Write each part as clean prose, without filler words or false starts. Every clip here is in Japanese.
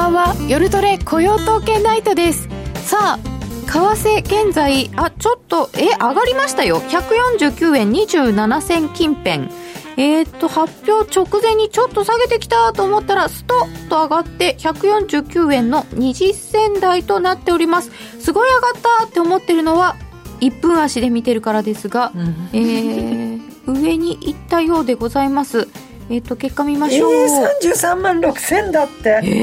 ばんは。夜トレ雇用統計ナイトです。さあ為替現在ちょっと上がりましたよ。149円27銭近辺。発表直前にちょっと下げてきたと思ったらストッと上がって149円の20銭台となっております。すごい上がったって思ってるのは1分足で見てるからですが、上に行ったようでございます。結果見ましょう。 33万6千だって。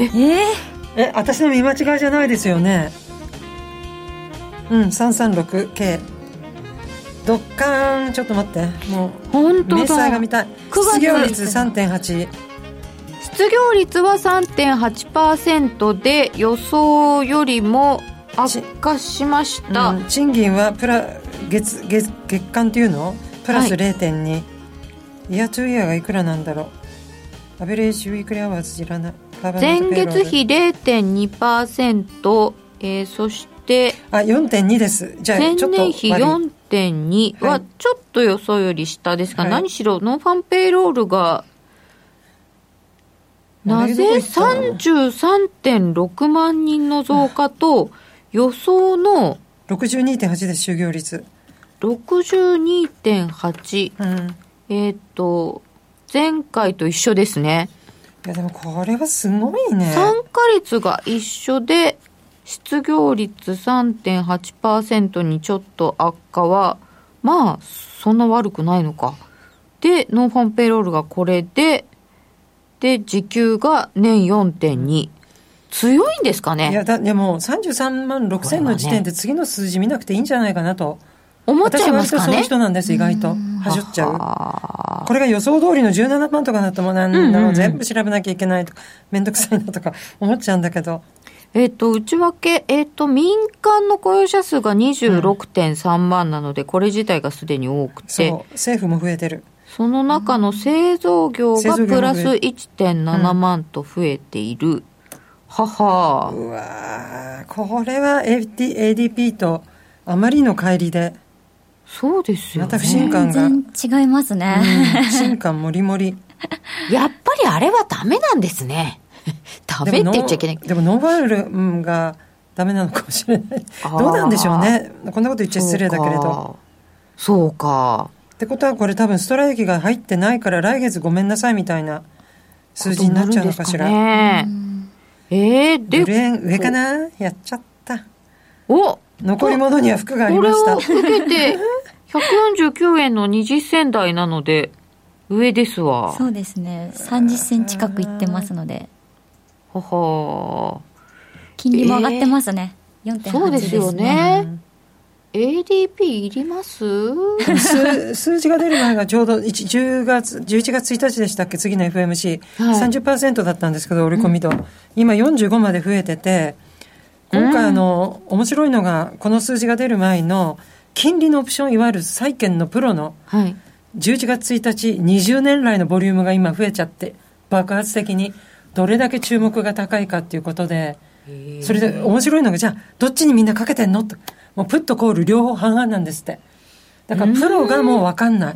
私の見間違いじゃないですよね。336Kドッカーン。ちょっと待って、もう本当だ、 明細が見たい。失業率 3.8。 失業率は 3.8% で予想よりも悪化しました。 賃金は月間っていうのプラス 0.2、イヤートゥイヤーがいくらなんだろう。アベレージウィークリーアワーズいらない。 前月比 0.2%、そして 4.2 です。じゃあ前年比 4.2 はちょっと予想より下ですが、何しろノンファンペイロールがなぜ 33.6 万人の増加と予想の 62.8 です。就業率 62.8、前回と一緒ですね。 いやでもこれはすごいね。 参加率が一緒で失業率 3.8% にちょっと悪化はまあそんな悪くないのか。でノンファンペイロールがこれで時給が年 4.2、 強いんですかね。 いやでも33万6千の時点で次の数字見なくていいんじゃないかなと思っちゃいますかね。 私はそういう人なんです。意外とはしょっちゃう。これが予想通りの17万とかだってもなんだろう、全部調べなきゃいけないとかめんどくさいなとか思っちゃうんだけど、 内訳、民間の雇用者数が 26.3 万なので、これ自体がすでに多くて、 そう政府も増えてる。 その中の製造業がプラス 1.7 万と増えている。はは。 うわこれは ADP とあまりの乖離で、 そうですよね。 また不信感が全然違いますね。 不信感もりもり。 やっぱりあれはダメなんですね。ダメって言っちゃいけない。 でもノーバルがダメなのかもしれない。どうなんでしょうね。こんなこと言っちゃ失礼だけれど。 そうか。 ってことはこれ多分ストライキが入ってないから来月ごめんなさいみたいな数字になっちゃうのかしら。 でドル円上かな。やっちゃった。残り物には服がありました。 これを受けて149円の20銭台なので上ですわ。 そうですね。30銭近くいってますので。 はは。 金利も上がってますね。4.8 そうですよね。ADP いります？ 数字が出る前がちょうど11月1日でしたっけ。次の FMC、30% だったんですけど織り込み度、今45まで増えてて、今回面白いのがこの数字が出る前の金利のオプション、いわゆる債券のプロの、11月1日20年来のボリュームが今増えちゃって爆発的にどれだけ注目が高いかっていうことで、それで面白いのが、じゃあどっちにみんなかけてんのと、もうプットコール両方半々なんですって。だからプロがもう分かんない。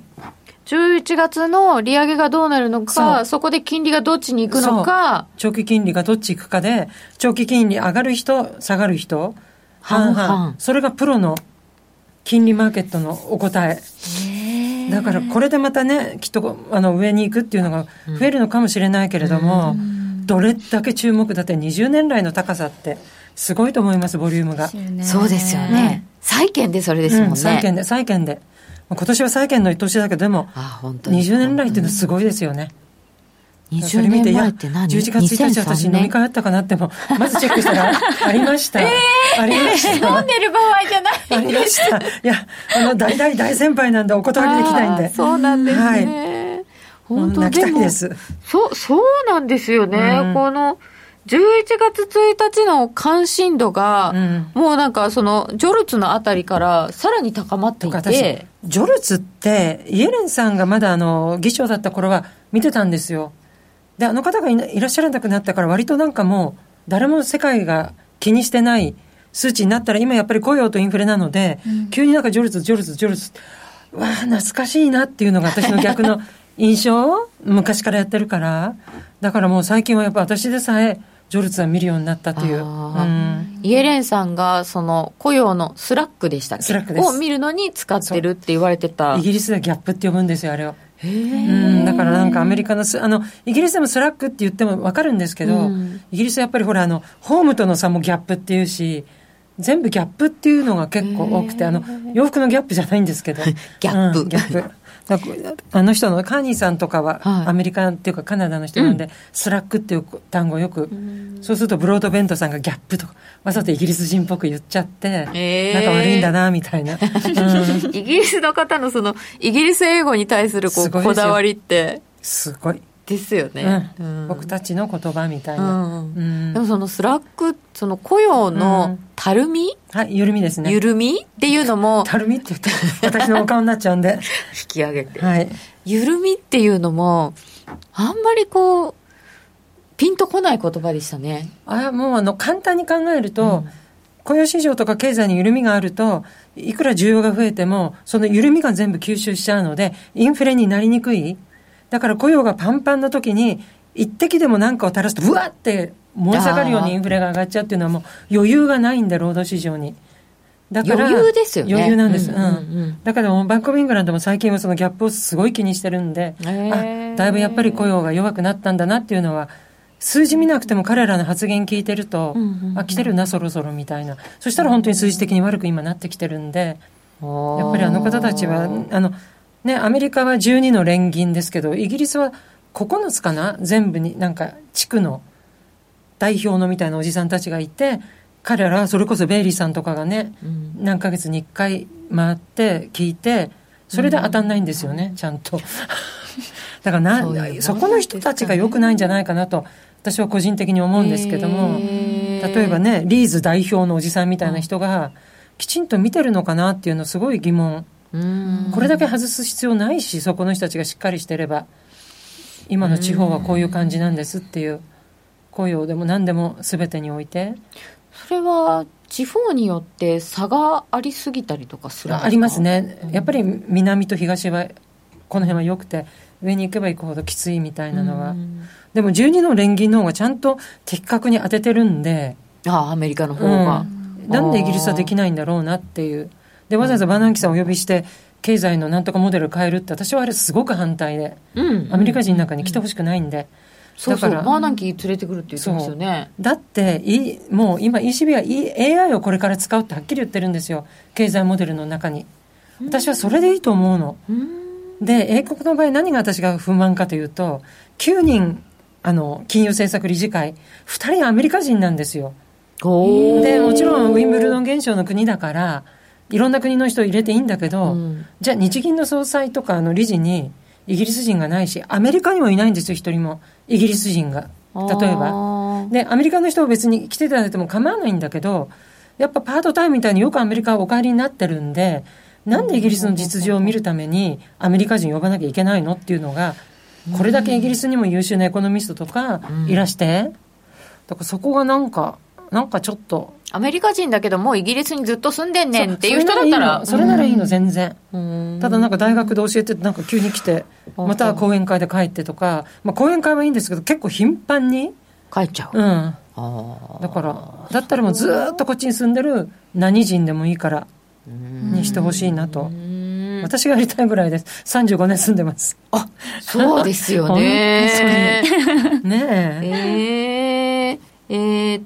11月の利上げがどうなるのか、そこで金利がどっちに行くのか、 長期金利がどっち行くかで、長期金利上がる人下がる人半々、それがプロの金利マーケットのお答え。だからこれでまたね、きっと上に行くっていうのが増えるのかもしれないけれども、どれだけ注目だって20年来の高さってすごいと思います。ボリュームが。 そうですよね。債券でそれですもんね。 債券で今年は債券の年だけど、でも20年来っていうのはすごいですよね。 20年前って何 ？11月1日私飲み会あったかなってもまずチェックしたらありました。ありました。 飲んでる場合じゃないありました。いや大先輩なんでお断りできないんで。 そうなんですね。本当泣きたいです。 そうなんですよね。この11月1日の関心度が、もうなんかジョルツのあたりからさらに高まっていて、 ジョルツってイエレンさんがまだ議長だった頃は見てたんですよ。で方がいらっしゃらなくなったから割となんかもう誰も世界が気にしてない数値になったら、今やっぱり雇用とインフレなので、急になんかジョルツわあ懐かしいなっていうのが私の逆の印象昔からやってるから。だからもう最近はやっぱ私でさえジョルツは見るようになったという、 イエレンさんがその雇用のスラックでしたっけ、 スラックですを見るのに使ってるって言われてた。 イギリスではギャップって呼ぶんですよ、あれを。だからなんかアメリカのイギリスでもスラックって言っても分かるんですけど、イギリスはやっぱりほらホームとの差もギャップっていうし、全部ギャップっていうのが結構多くて、洋服のギャップじゃないんですけどギャップ、 ギャップあの人のカーニーさんとかはアメリカっていうかカナダの人なんで、スラックっていう単語をよく、そうするとブロードベントさんがギャップとかわざとイギリス人っぽく言っちゃって、仲悪いんだなみたいな、 イギリスの方のそのイギリス英語に対するこだわりってすごいですよね、 僕たちの言葉みたいな、 でもそのスラック、その雇用のたるみ、 緩みですね。 緩みっていうのも、 たるみって言って私のお顔になっちゃうんで引き上げて、緩みっていうのもあんまりこうピンとこない言葉でしたね。 もう簡単に考えると、雇用市場とか経済に緩みがあると、いくら需要が増えてもその緩みが全部吸収しちゃうのでインフレになりにくい。だから雇用がパンパンの時に一滴でも何かを垂らすとブワッて燃え下がるようにインフレが上がっちゃうっていうのはもう余裕がないんで、労働市場に。だから余裕ですよね。 余裕なんです、だからバンクオブイングランドも最近はそのギャップをすごい気にしてるんで、だいぶやっぱり雇用が弱くなったんだなっていうのは、数字見なくても彼らの発言聞いてると、来てるなそろそろみたいな。そしたら本当に数字的に悪く今なってきてるんで、やっぱり方たちはアメリカは12の連銀ですけど、イギリスは9つかな、全部になんか地区の代表のみたいなおじさんたちがいて、彼らはそれこそベイリーさんとかがね、何ヶ月に1回回って聞いて、それで当たんないんですよね、ちゃんとだからそこの人たちが良くないんじゃないかなと私は個人的に思うんですけども、例えばね、リーズ代表のおじさんみたいな人がきちんと見てるのかなっていうのすごい疑問。これだけ外す必要ないし、そこの人たちがしっかりしてれば、今の地方はこういう感じなんですっていう、雇用でも何でも全てにおいて。 それは地方によって差がありすぎたりとかするんですか？ ありますね。やっぱり南と東はこの辺は良くて、上に行けば行くほどきついみたいなのは。でも12の連銀の方がちゃんと的確に当ててるんで、 アメリカの方が、 なんでイギリスはできないんだろうなっていう。でわざわざバーナンキさんをお呼びして経済のなんとかモデルを変えるって、私はあれすごく反対で、アメリカ人なんかに来てほしくないんで、 そうそう、バーナンキ連れてくるって言ってますよね。 だってもう今 ECB は AI をこれから使うってはっきり言ってるんですよ、経済モデルの中に。私はそれでいいと思うの。で英国の場合何が私が不満かというと、9人金融政策理事会2人アメリカ人なんですよ。でもちろんウィンブルドン現象の国だからいろんな国の人を入れていいんだけど、じゃあ日銀の総裁とか理事にイギリス人がないし、アメリカにもいないんですよ、一人もイギリス人が。例えばでアメリカの人は別に来ていただいても構わないんだけど、やっぱパートタイムみたいによくアメリカはお帰りになってるんで、なんでイギリスの実情を見るためにアメリカ人呼ばなきゃいけないのっていうのが、これだけイギリスにも優秀なエコノミストとかいらして、だからそこがなんかちょっとアメリカ人だけどもうイギリスにずっと住んでんねんっていう人だったらそれならいいの全然。ただなんか大学で教えてなんか急に来てまた講演会で帰ってとか、講演会はいいんですけど結構頻繁に帰っちゃう。 だからだったらもうずっとこっちに住んでる何人でもいいからにしてほしいなと私がやりたいぐらいです。35年住んでます。 そうですよねねえ。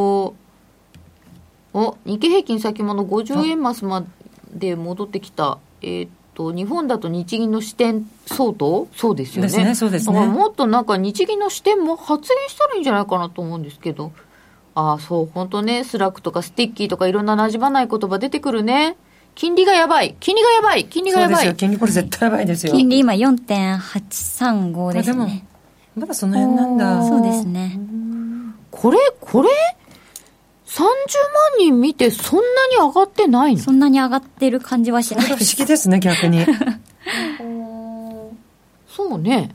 日経平均先物50円マスまで戻ってきた。日本だと日銀の支店相当そうですよね。 ですね、そうですね。 だからもっとなんか日銀の支店も発言したらいいんじゃないかなと思うんですけど、そう本当ね、スラックとかスティッキーとかいろんな馴染まない言葉出てくるね。金利がやばい。そうですよ、金利これ絶対やばいですよ。 金利今 4.835 ですね。でもまだその辺なんだ。 そうですね。 これ30万人見てそんなに上がってないの？ そんなに上がってる感じはしないです。 不思議ですね、逆に。 そうね。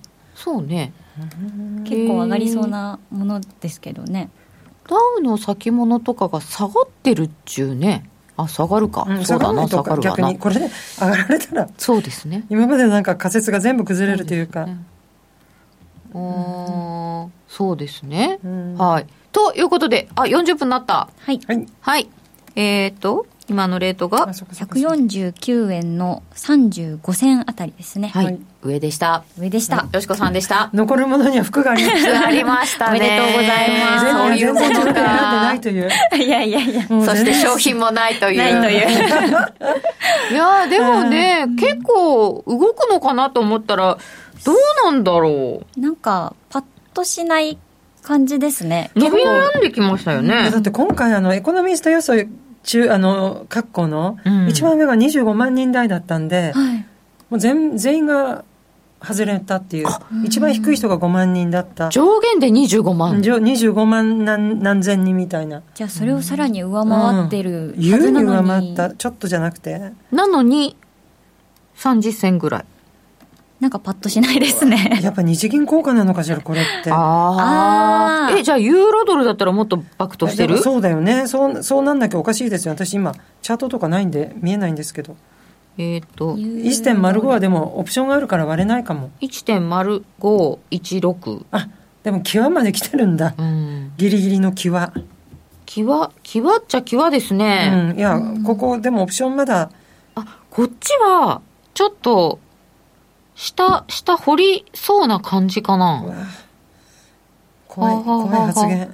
結構上がりそうなものですけどね。 ダウの先物とかが下がってるっちゅうね。下がるか。そうだな、下がるかな。 逆にこれで上がられたら。 そうですね。 今までなんか仮説が全部崩れるというか。 そうですね。はい。 ということで、40分になった。 はい。 はい。今のレートが 149円の35銭あたりですね。 はい。上でした。よしこさんでした。 残るものには服がありました。 ありましたね。 おめでとうございます。 そういうことがないという。 いやいやいや。 そして商品もないという。 ないという。 いや、でもね、結構動くのかなと思ったら、どうなんだろう。 なんか、パッとしない感じですね。 伸び悩んできましたよね。 だって今回エコノミスト予想各校の一番上が25万人台だったんで、もう全員が外れたっていう。一番低い人が5万人だった。 上限で25万。 25万何千人みたいな。 じゃあそれをさらに上回ってるはずなのに。 優に上回った。ちょっとじゃなくて。 なのに30銭ぐらい。 なんかパッとしないですね。 やっぱ日銀効果なのかしらこれって。 じゃあユーロドルだったらもっとバクとしてる？ そうだよね。そうなんなきゃおかしいですよ。私今チャートとかないんで見えないんですけど。1.05 はでもオプションがあるから割れないかも。 1.0516。 でも際まで来てるんだ、ギリギリの際っちゃ際ですね。 いや、ここでもオプションまだこっちはちょっと下掘りそうな感じかな。 怖い発言。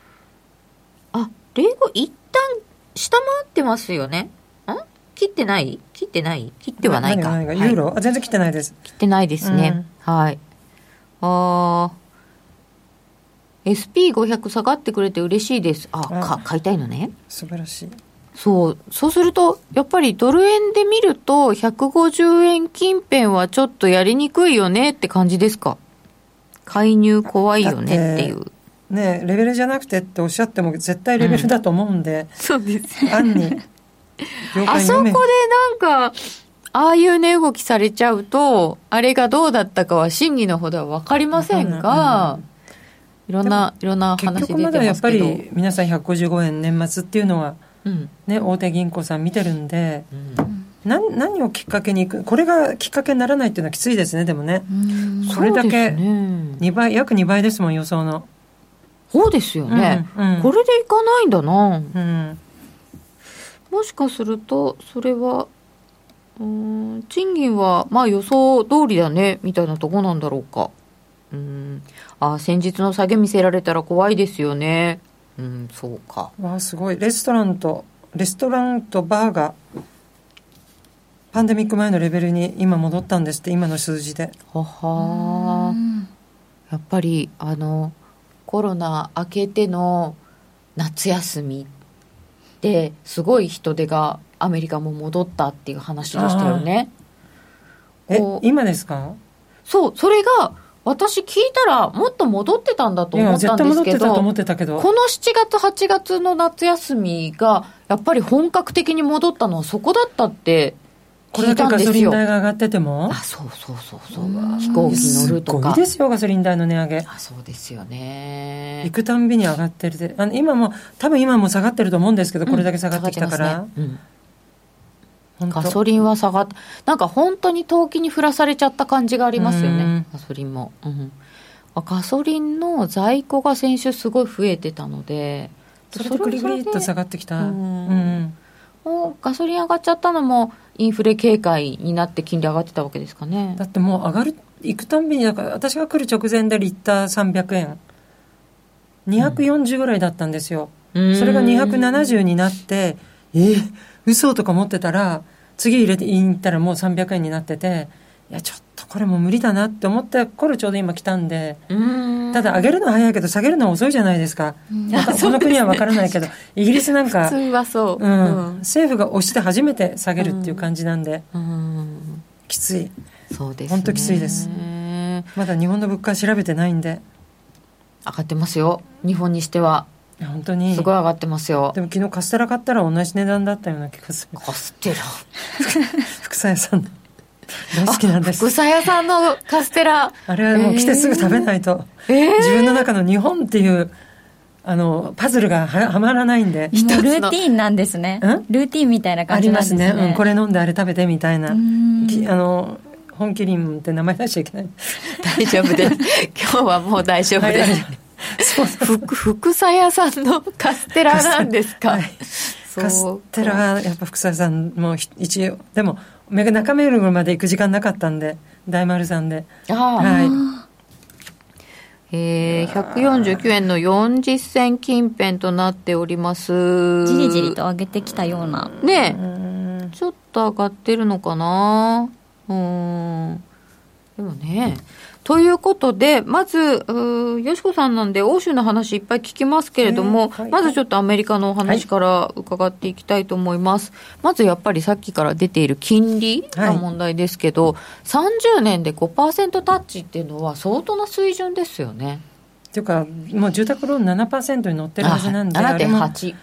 0.5一旦下回ってますよね。切ってない切ってはないか。 ユーロ、全然切ってないです。 切ってないですね。はい。SP500 下がってくれて嬉しいです。買いたいのね。 素晴らしい。 そうするとやっぱりドル円で見ると150円近辺はちょっとやりにくいよねって感じですか？介入怖いよねっていう。 ね、レベルじゃなくてっておっしゃっても絶対レベルだと思うんで、 そうです。 暗にあそこでなんかああいう値動きされちゃうとあれがどうだったかは真偽のほどは分かりませんが、いろんな話出てますけど、 結局まだやっぱり皆さん155円年末っていうのは、大手銀行さん見てるんで、何をきっかけに行く、これがきっかけにならないっていうのはきついですね。でもね、それだけ約2倍ですもん、予想の。 そうですよね、これでいかないんだな、もしかするとそれは賃金はまあ予想通りだねみたいなとこなんだろうか。先日の下げ見せられたら怖いですよね。そうか。 すごい。レストランとバーがパンデミック前のレベルに今戻ったんですって。今の数字で。 やっぱりコロナ明けての夏休みですごい人出がアメリカも戻ったっていう話でしたよね。 今ですか？ そう、それが私聞いたらもっと戻ってたんだと思ったんですけど、 絶対戻ってたと思ってたけど、 この7月8月の夏休みがやっぱり本格的に戻ったのはそこだったって聞いたんですよ。これだけガソリン代が上がってても、 そう飛行機乗るとかすごいですよ、ガソリン代の値上げ。 そうですよね。 行くたんびに上がってるで、多分今も下がってると思うんですけど、これだけ下がってきたから、ガソリンは下がって、なんか本当に投機に振らされちゃった感じがありますよね、ガソリンも。ガソリンの在庫が先週すごい増えてたので、 それでグリグリっと下がってきた。 ガソリン上がっちゃったのもインフレ警戒になって金利上がってたわけですかね。 だってもう行くたんびに、私が来る直前でリッター300円240ぐらいだったんですよ。それが270になって、嘘とか思ってたら、次入れて行ったらもう300円になってて、いやちょっとこれもう無理だなって思ってこれちょうど今来たんで、ただ上げるのは早いけど下げるのは遅いじゃないですか。この国は分からないけど、イギリスなんか普通はそう、 政府が押して初めて下げるっていう感じなんで、きつい。 そうですね、 本当きついです。まだ日本の物価調べてないんで。 上がってますよ、日本にしては。 本当にすごい上がってますよ。 でも昨日カステラ買ったら同じ値段だったような気がする。 カステラ福佐屋さんの大好きなんです。 福佐屋さんのカステラ、 あれはもう来てすぐ食べないと、自分の中の日本っていうパズルがはまらないんで。 ルーティーンなんですね。ルーティーンみたいな感じなんですね。 ありますね、これ飲んであれ食べてみたいな。本麒麟って名前出しちゃいけない。 大丈夫です今日はもう大丈夫です。 福佐屋さんのカステラなんですか。はい、 カステラはやっぱ福佐屋さんも一応でも中目黒まで行く時間なかったんで大丸さんで、はい、 149円の40銭近辺となっております。 じりじりと上げてきたようなねえ、ちょっと上がってるのかな。でもね、ということでまずよしこさんなんで欧州の話いっぱい聞きますけれども、まずちょっとアメリカのお話から伺っていきたいと思います。まずやっぱりさっきから出ている金利が問題ですけど、30年で 5% タッチっていうのは相当な水準ですよね。 というかもう住宅ローン 7% に乗ってるはずなんで、 7.8、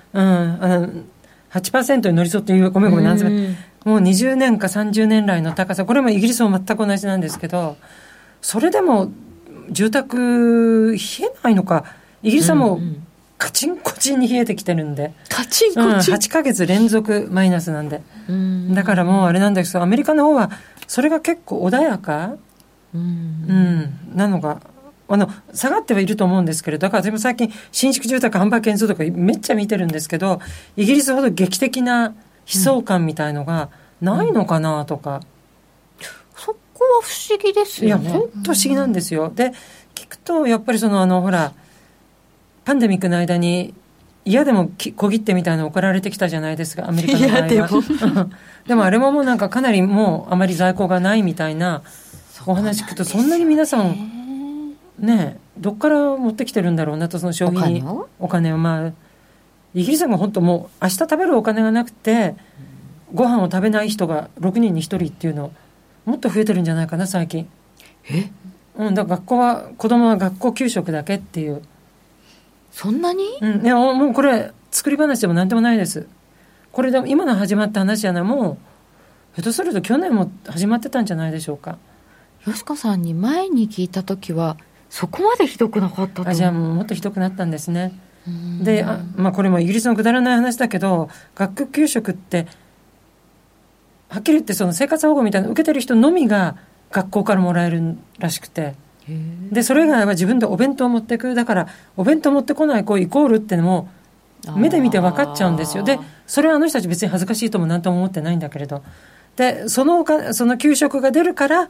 8% に乗り添っていうごめんなんですもう20年か30年来の高さ、これもイギリスも全く同じなんですけど、それでも住宅冷えないのか。イギリスはもうカチンコチンに冷えてきてるんで、 カチンコチン、 8ヶ月連続マイナスなんで、だからもうあれなんですけど、アメリカの方はそれが結構穏やか、なのが下がってはいると思うんですけれど、だからでも最近新築住宅販売件数とかめっちゃ見てるんですけど、イギリスほど劇的な悲壮感みたいのがないのかなとか、 そこは不思議ですよね。 いや本当不思議なんですよ。で聞くとやっぱりほらパンデミックの間に嫌でも小切手みたいなの送られてきたじゃないですか、アメリカの場合は。でもあれももうなんかかなりもうあまり在庫がないみたいなお話聞くと、そんなに皆さんねどっから持ってきてるんだろうなと、その消費にお金をイギリスが本当もう明日食べるお金がなくてご飯を食べない人が6人に1人っていうのもっと増えてるんじゃないかな最近。だから子供は学校給食だけっていう。 そんなに？ いやもうこれ作り話でもなんでもないです。これでも今の始まった話じゃない、もうひょっとすると去年も始まってたんじゃないでしょうか。 よしこさんに前に聞いた時はそこまでひどくなかったと。 じゃあもうもっとひどくなったんですね。でこれもイギリスのくだらない話だけど、学校給食ってはっきり言ってその生活保護みたいなの受けてる人のみが学校からもらえるらしくて、でそれ以外は自分でお弁当を持ってく。だからお弁当持ってこない子イコールってのも目で見て分かっちゃうんですよ。でそれはあの人たち別に恥ずかしいとも何とも思ってないんだけれど、でその給食が出るから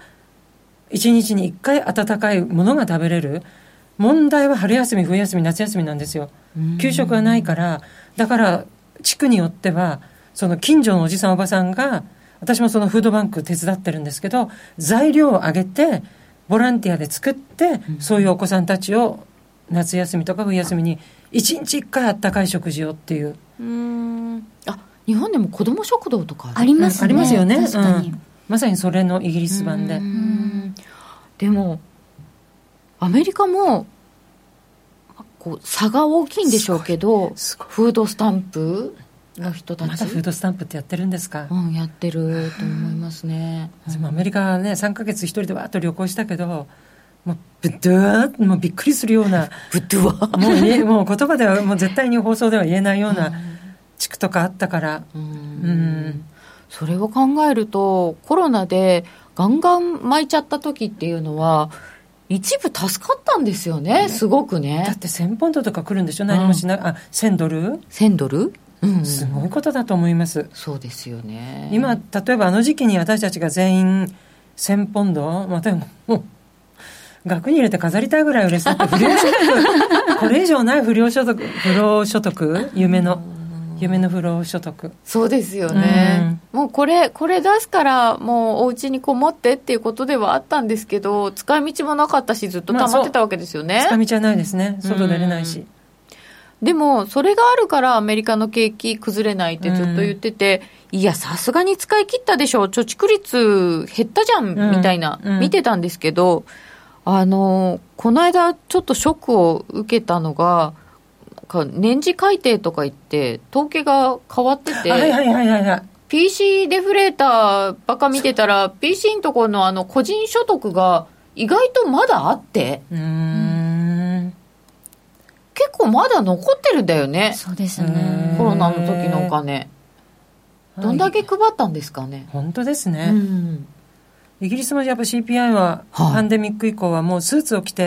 1日に1回温かいものが食べれる。問題は春休み冬休み夏休みなんですよ。給食がないから。だから地区によってはその近所のおじさんおばさんが、私もそのフードバンク手伝ってるんですけど、材料をあげてボランティアで作って、そういうお子さんたちを夏休みとか冬休みに1日1回あったかい食事をっていう。 日本でも子ども食堂とかありますね。 ありますよね。 確かに、 まさにそれのイギリス版で。 でもアメリカも差が大きいんでしょうけど、フードスタンプの人たち、 まだフードスタンプってやってるんですか？ やってると思いますね。 でもアメリカはね3ヶ月一人でわーっと旅行したけど、もうブッドゥーもうびっくりするようなブッドゥーもう言葉ではもう絶対に放送では言えないような地区とかあったから、 それを考えるとコロナでガンガン巻いちゃった時っていうのは一部助かったんですよね。すごくね。 だって1000ポンドとか来るんでしょ、何もしない。1000ドル 1000ドル、 すごいことだと思います。 そうですよね。 今例えばあの時期に私たちが全員1000ポンド、またもう額に入れて飾りたいぐらい嬉しい。不良所得これ以上ない不労所得夢の不労所得。 そうですよね、もうこれ出すからもうお家にこもってっていうことではあったんですけど、使い道もなかったしずっと溜まってたわけですよね。 使い道はないですね。外出れないし。 でもそれがあるからアメリカの景気崩れないってずっと言ってて、いやさすがに使い切ったでしょ、貯蓄率減ったじゃんみたいな、見てたんですけど、この間ちょっとショックを受けたのが、年次改定とか言って統計が変わってて、PC デフレーターばっか見てたら PC のところの個人所得が意外とまだあって、結構まだ残ってるんだよね。 そうですね。 コロナの時のお金どんだけ配ったんですかね。 本当ですね、イギリスもやっぱ CPI はパンデミック以降はもうスーツを着て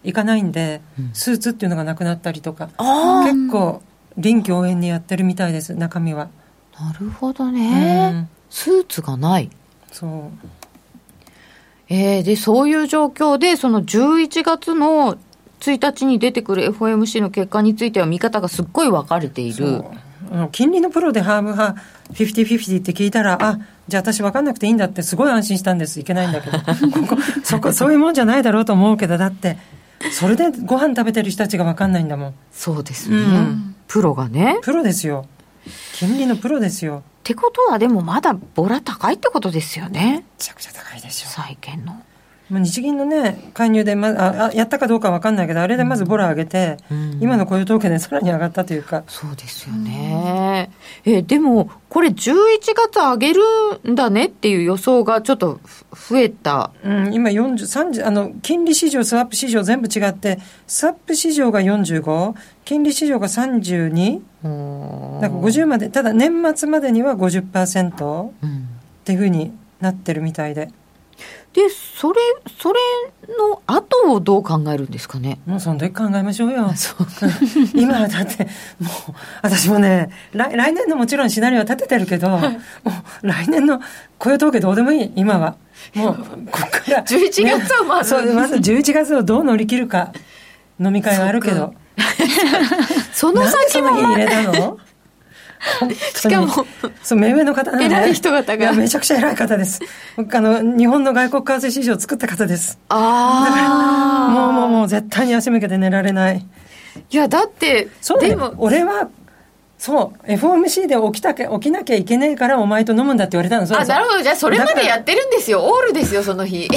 いかないんで、スーツっていうのがなくなったりとか、結構臨機応変にやってるみたいです、中身は。 なるほどね、スーツがない。 そう、 でそういう状況でその11月の1日に出てくる FOMC の結果については見方がすっごい分かれている。 金利のプロでハーム派 50-50 って聞いたら、あ、じゃあ私分かんなくていいんだってすごい安心したんです。いけないんだけどそういうもんじゃないだろうと思うけど、だってそれでご飯食べてる人たちが分かんないんだもん。 そうですね、プロがね、 プロですよ、金利のプロですよ。 ってことはでもまだボラ高いってことですよね。 めちゃくちゃ高いでしょ、 債券の。 日銀のね介入で、やったかどうか分かんないけど、あれでまずボラ上げて、今の雇用統計でさらに上がったというか。 そうですよね、でもこれ11月上げるんだねっていう予想がちょっと増えた、 今30金利市場スワップ市場全部違って、スワップ市場が45、金利市場が32、なんか50まで、ただ年末までには 50% っていうふうになってるみたいで、 でそれの後をどう考えるんですかね。 もうその時考えましょうよ。今はだってもう私もね、来年のもちろんシナリオは立ててるけど、もう来年の雇用統計どうでもいい。今はもうここから 11月はまず、 まず11月をどう乗り切るか。飲み会はあるけどその先もなんでその日入れたのしかもそう、目上の方なんで、 偉い人方が、 めちゃくちゃ偉い方です。日本の外国為替市場を作った方です。だからもう絶対に足向けて寝られない。 いやだってそうね、でも俺はそう FOMC で起きなきゃいけないからお前と飲むんだって言われたの。そうなるほど、じゃあそれまでやってるんですよ。オールですよその日。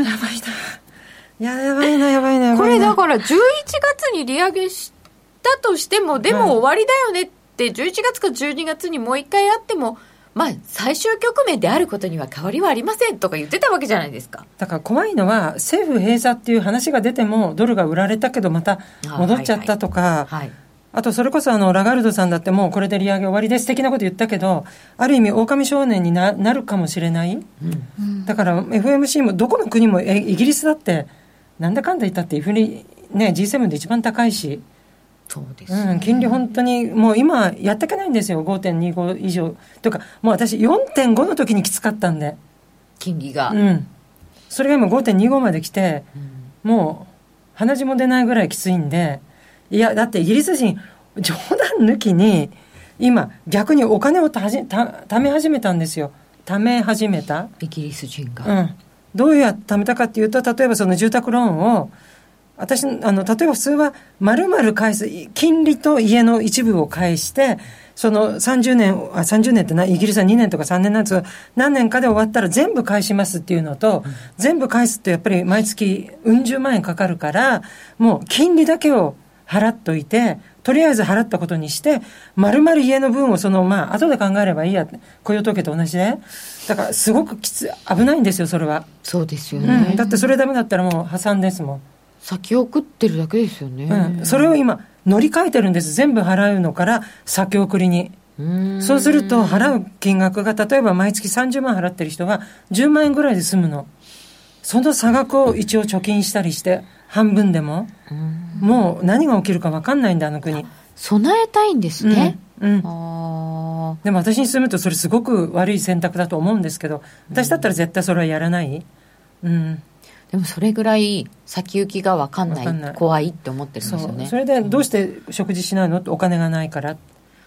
やばいな。 これだから11月に利上げしたとしても、でも終わりだよねって11月か12月にもう一回あっても、まあ最終局面であることには変わりはありませんとか言ってたわけじゃないですか。 だから怖いのは政府閉鎖っていう話が出てもドルが売られたけどまた戻っちゃったとか、あとそれこそラガルドさんだってもうこれで利上げ終わりです的なこと言ったけど、ある意味狼少年に なるかもしれない、だから FOMC もどこの国もイギリスだってなんだかんだ言ったってインフレ、ね、G7 で一番高いし、 そうですね、 金利本当にもう今やっていけないんですよ。 5.25 以上とか、もう私 4.5 の時にきつかったんで金利が、 それが今 5.25 まで来て、もう鼻血も出ないぐらいきついんで、いやだってイギリス人冗談抜きに今逆にお金を貯め始めたんですよ。貯め始めたイギリス人が、 どうやって貯めたかっていうと、例えばその住宅ローンを例えば普通は丸々返す、金利と家の一部を返して、その30年ってイギリスは2年とか3年なんですが、何年かで終わったら全部返しますっていうのと、全部返すとやっぱり毎月うん十万円かかるから、もう金利だけを払っといて、とりあえず払ったことにして、丸々家の分を後で考えればいいや、雇用統計と同じで。だからすごく危ないんですよ、それは。 そうですよね、 だってそれダメだったらもう破産ですもん。 先送ってるだけですよね、 それを今乗り換えてるんです。全部払うのから先送りに。そうすると払う金額が例えば毎月30万払ってる人は10万円ぐらいで済むの。その差額を一応貯金したりして半分でも、もう何が起きるか分かんないんだ、あの国。 備えたいんですね、 でも私にするとそれすごく悪い選択だと思うんですけど、私だったら絶対それはやらない。 でもそれぐらい先行きが分かんない、怖いって思ってるんですよね。 それでどうして食事しないのってお金がないから。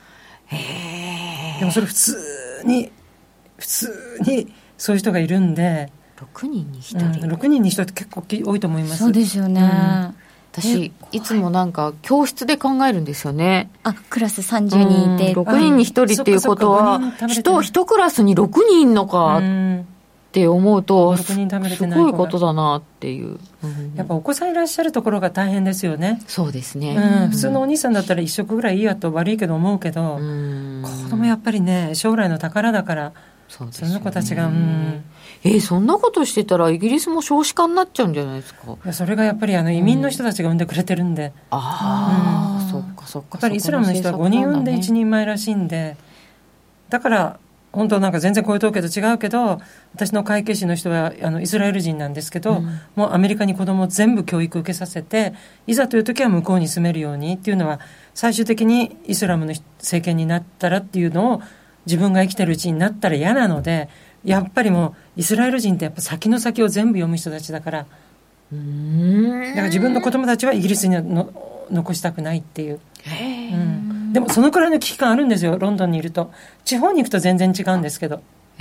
でもそれ普通にそういう人がいるんで、 6人に1人、 6人に1人って結構多いと思います。 そうですよね、 私いつもなんか教室で考えるんですよね。 クラス30人いて、 6人に1人っていうことは1クラスに6人いんのかって思うと、すごいことだなっていう、 やっぱお子さんいらっしゃるところが大変ですよね。 そうですね、 普通のお兄さんだったら1食ぐらいいいやと悪いけど思うけど、子供やっぱりね将来の宝だから、その子たちがそんなことしてたらイギリスも少子化になっちゃうんじゃないですか。 それがやっぱり移民の人たちが産んでくれてるんで、 そっかやっぱりイスラムの人は5人産んで1人前らしいんで、だから本当なんか全然雇用統計と違うけど、私の会計士の人はイスラエル人なんですけど、もうアメリカに子供を全部教育受けさせて、いざという時は向こうに住めるようにっていうのは、最終的にイスラムの政権になったらっていうのを自分が生きてるうちになったら嫌なので、やっぱりもうイスラエル人ってやっぱ先の先を全部読む人たちだから、だから自分の子供たちはイギリスに残したくないっていう、でもそのくらいの危機感あるんですよ、ロンドンにいると。地方に行くと全然違うんですけど、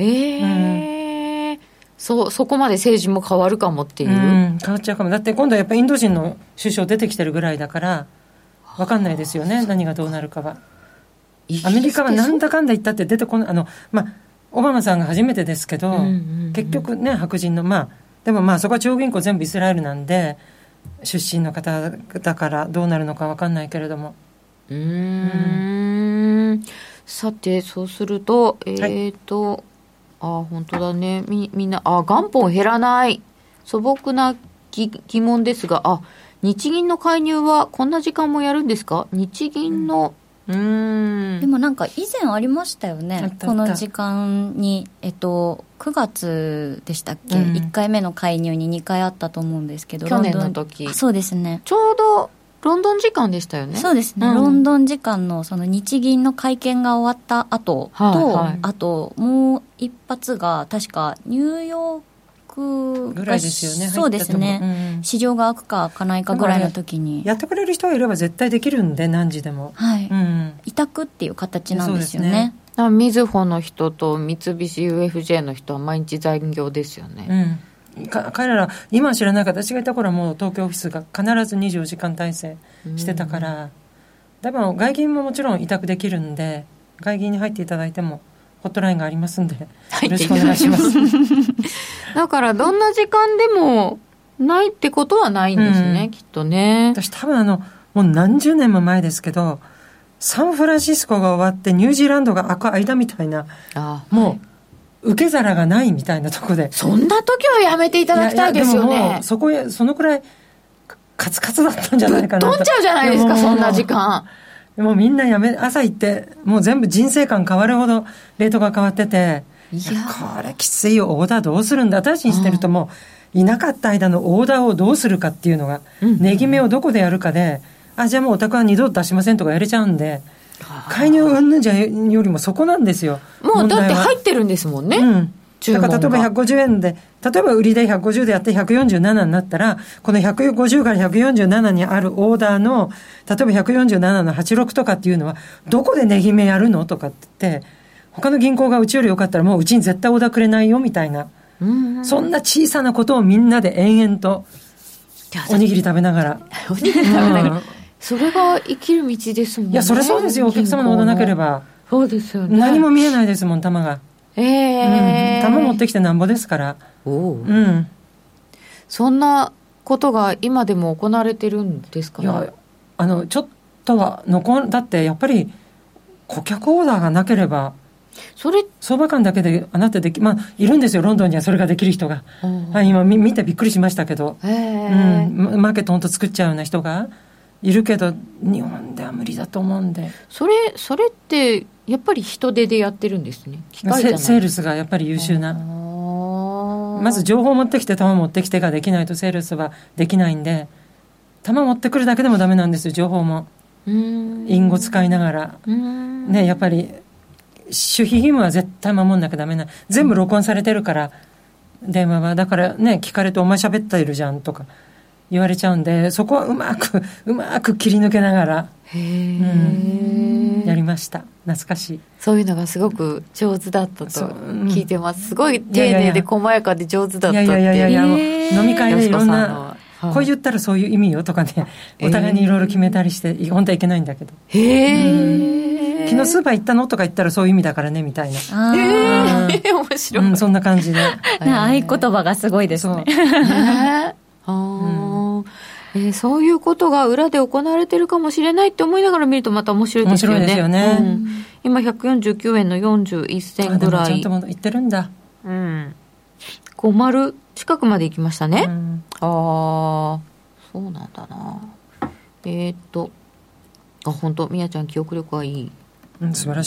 そこまで政治も変わるかもっていう、 変わっちゃうかも。だって今度はやっぱりインド人の首相出てきてるぐらいだから分かんないですよね、何がどうなるかは。アメリカはなんだかんだ言ったって出てこない。オバマさんが初めてですけど、結局ね、白人のでもそこは中央銀行全部イスラエルなんで、出身の方だからどうなるのか分かんないけれども。 さて、そうすると本当だね、みんな元本減らない、素朴な疑問ですが、日銀の介入はこんな時間もやるんですか？日銀のでもなんか以前ありましたよね、この時間に、9月でしたっけ、1回目の介入に2回あったと思うんですけど、 去年の時。 そうですね、 ちょうどロンドン時間でしたよね。 そうですね、ロンドン時間のその日銀の会見が終わった後と、あともう一発が確かニューヨークぐらいですよね。 そうですね、市場が開くか開かないかぐらいの時にやってくれる人がいれば絶対できるんで、何時でも、 委託っていう形なんですよね。 みずほの人と三菱 UFJ の人は毎日残業ですよね。 彼ら今は知らないから、私がいた頃はもう東京オフィスが必ず24時間体制してたから、多分外銀ももちろん委託できるんで、外銀に入っていただいてもホットラインがありますんで、よろしくお願いしますだからどんな時間でもないってことはないんですね、きっとね。 私多分もう何十年も前ですけど、サンフランシスコが終わってニュージーランドが開く間みたいな、もう受け皿がないみたいなとこで、 そんな時はやめていただきたいですよね。 でももうそのくらいカツカツだったんじゃないかなと。 飛んじゃうじゃないですか、そんな時間。 もうみんな朝行ってもう全部人生観変わるほどレートが変わってて、これきついよ、オーダーどうするんだ。私にしてるともういなかった間のオーダーをどうするかっていうのが、値決めをどこでやるかで、じゃあもうお宅は二度出しませんとかやれちゃうんで、介入云々じゃよりもそこなんですよ。 もうだって入ってるんですもんね、 だから例えば150円で、例えば売りで150でやって147になったら、この150から147にあるオーダーの例えば147の86とかっていうのはどこで値決めやるのとかって言って、他の銀行がうちより良かったらもううちに絶対オーダーくれないよみたいな、そんな小さなことをみんなで延々とおにぎり食べながらおにぎり食べながら、それが生きる道ですもんね。 いやそれそうですよ、お客様のオーダーなければ。 そうですよね、 何も見えないですもん、玉が。玉持ってきてなんぼですから。 そんなことが今でも行われてるんですかね。 いやちょっとはだってやっぱり顧客オーダーがなければ、それ相場感だけであなたでき、いるんですよ、ロンドンにはそれができる人が。今見てびっくりしましたけど、マーケット本当作っちゃうような人がいるけど、日本では無理だと思うんで。 それってやっぱり人手でやってるんですね。機械じゃない。 セールスがやっぱり優秀な。まず情報持ってきて玉持ってきてができないとセールスはできないんで、玉持ってくるだけでもダメなんですよ、情報も。隠語使いながらね、やっぱり守秘義務は絶対守んなきゃダメな。全部録音されてるから、電話は。だからね、聞かれてお前喋っているじゃんとか言われちゃうんで、そこはうまく切り抜けながらやりました。懐かしい。 そういうのがすごく上手だったと聞いてます。すごい丁寧で細やかで上手だったって。 飲み会でいろんな、こう言ったらそういう意味よとかね、お互いにいろいろ決めたりして、本当はいけないんだけど、昨日スーパー行ったのとか言ったらそういう意味だからねみたいな。 面白い、 そんな感じで合言葉がすごいですね。 そういうことが裏で行われてるかもしれないって思いながら見るとまた面白いですよね。 面白いですよね、 今149円の41銭ぐらい。 ちゃんといってるんだ。 50近くまで行きましたね。そうなんだな。本当みやちゃん記憶力はいい。 素晴らしい。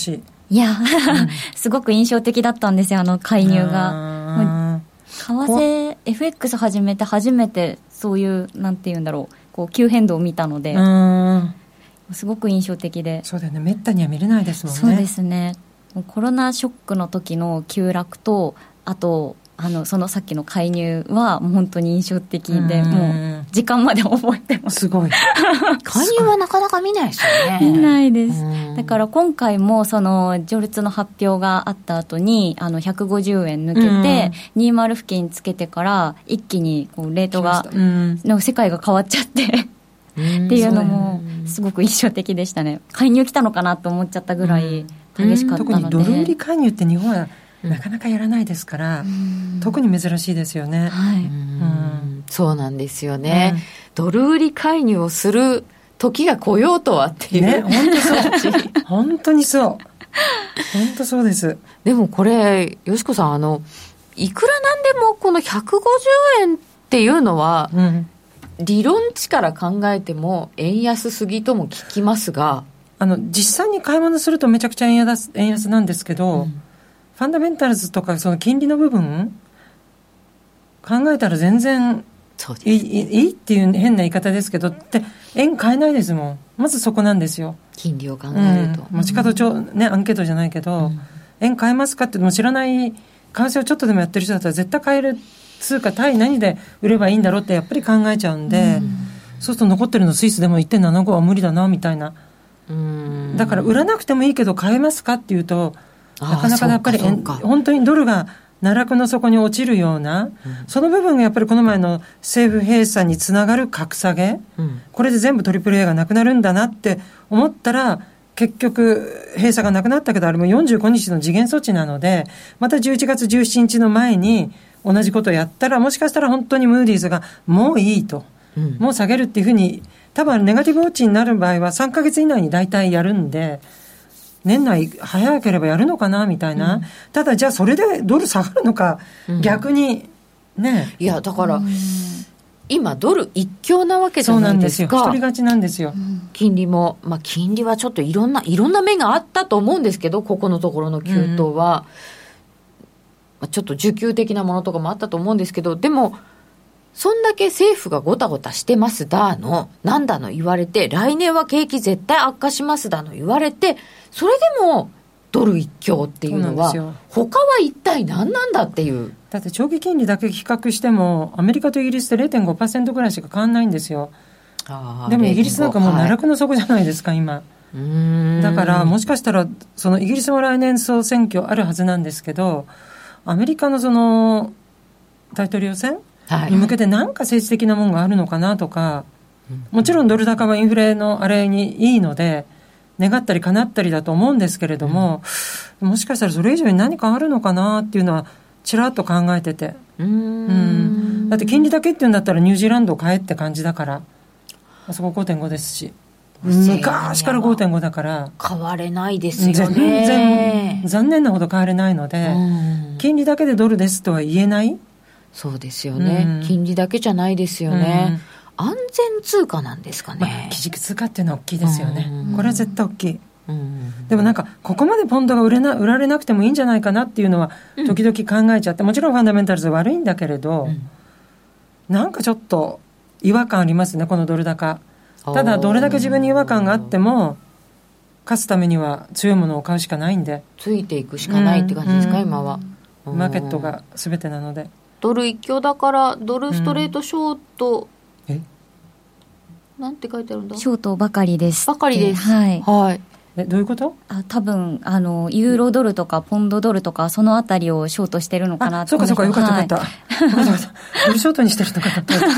いや、すごく印象的だったんですよ、介入が。為替 FX 始めて初めてそういうなんていうんだろう、こう急変動を見たので、すごく印象的で。 そうだよね、めったには見れないですもんね。 そうですね。コロナショックの時の急落と、あとそのさっきの介入はもう本当に印象的で、もう時間まで覚えてます。 すごい介入はなかなか見ないですよね。 見ないです。だから今回もそのジョルツの発表があった後に150円抜けて20付近つけてから一気にこうレートがの世界が変わっちゃってっていうのもすごく印象的でしたね。介入来たのかなと思っちゃったぐらい激しかったので。 特にドル売り介入って日本はなかなかやらないですから、特に珍しいですよね。 はい、 そうなんですよね、ドル売り介入をする時が来ようとはっていうね、 本当そう本当にそう本当そうです。 でもこれよしこさん、いくらなんでもこの150円っていうのは、理論値から考えても円安すぎとも聞きますが、 実際に買い物するとめちゃくちゃ円安なんですけど、ファンダメンタルズとかその金利の部分考えたら全然いいっていう変な言い方ですけど、って円買えないですもん。まずそこなんですよ。 金利を考えると、 持ち方ね、アンケートじゃないけど、円買えますかっても知らない為替をちょっとでもやってる人だったら絶対買える通貨対何で売ればいいんだろうってやっぱり考えちゃうんで、そうすると残ってるのスイスでも 1.75 は無理だなみたいな。だから売らなくてもいいけど買えますかっていうと、なかなかやっぱり本当にドルが奈落の底に落ちるような、その部分がやっぱりこの前の政府閉鎖につながる格下げ、これで全部トリプル A がなくなるんだなって思ったら、結局閉鎖がなくなったけど、あれも45日の時限措置なので、また11月17日の前に同じことをやったら、もしかしたら本当にムーディーズがもういいと、もう下げるっていうふうに、多分ネガティブウォッチになる場合は3ヶ月以内に大体やるんで、年内早ければやるのかなみたいな、ただじゃあそれでドル下がるのか、逆にね。 いやだから、今ドル一強なわけじゃないですか。 そうなんですよ、一人勝ちなんですよ、 金利も、金利はちょっといろんな面があったと思うんですけど、ここのところの急騰は、ちょっと需給的なものとかもあったと思うんですけど、でもそんだけ政府がごたごたしてますだのなんだの言われて、来年は景気絶対悪化しますだの言われて、それでもドル一強っていうのは他は一体何なんだっていう。 だって長期金利だけ比較してもアメリカとイギリスで 0.5% ぐらいしか変わんないんですよ。でもイギリスなんかもう奈落の底じゃないですか、今。だからもしかしたらそのイギリスも来年総選挙あるはずなんですけど、アメリカのその大統領選に向けて何か政治的なものがあるのかなとか、もちろんドル高はインフレのあれにいいので願ったり叶ったりだと思うんですけれども、もしかしたらそれ以上に何かあるのかなっていうのはちらっと考えてて、だって金利だけっていうんだったらニュージーランドを買えって感じだから、あそこ 5.5 ですし、昔から 5.5 だから変われないですよね。 全然残念なほど変われないので、金利だけでドルですとは言えない。 そうですよね、金利だけじゃないですよね、安全通貨なんですかね。 基軸通貨っていうのは大きいですよね、これは絶対大きい。でもなんかここまでポンドが売られなくてもいいんじゃないかなっていうのは時々考えちゃって、もちろんファンダメンタルズ悪いんだけれど、なんかちょっと違和感ありますね、このドル高。ただどれだけ自分に違和感があっても勝つためには強いものを買うしかないんで、 ついていくしかないって感じですか、今は。 マーケットが全てなので。 ドル一強だからドルストレートショート、なんて書いてあるんだ。 ショートばかりです。 ばかりです。 はい。 どういうこと？ 多分ユーロドルとかポンドドルとかそのあたりをショートしてるのかなと。 そうかそうか、よかったよかった。ドルショートにしてるのかと思った。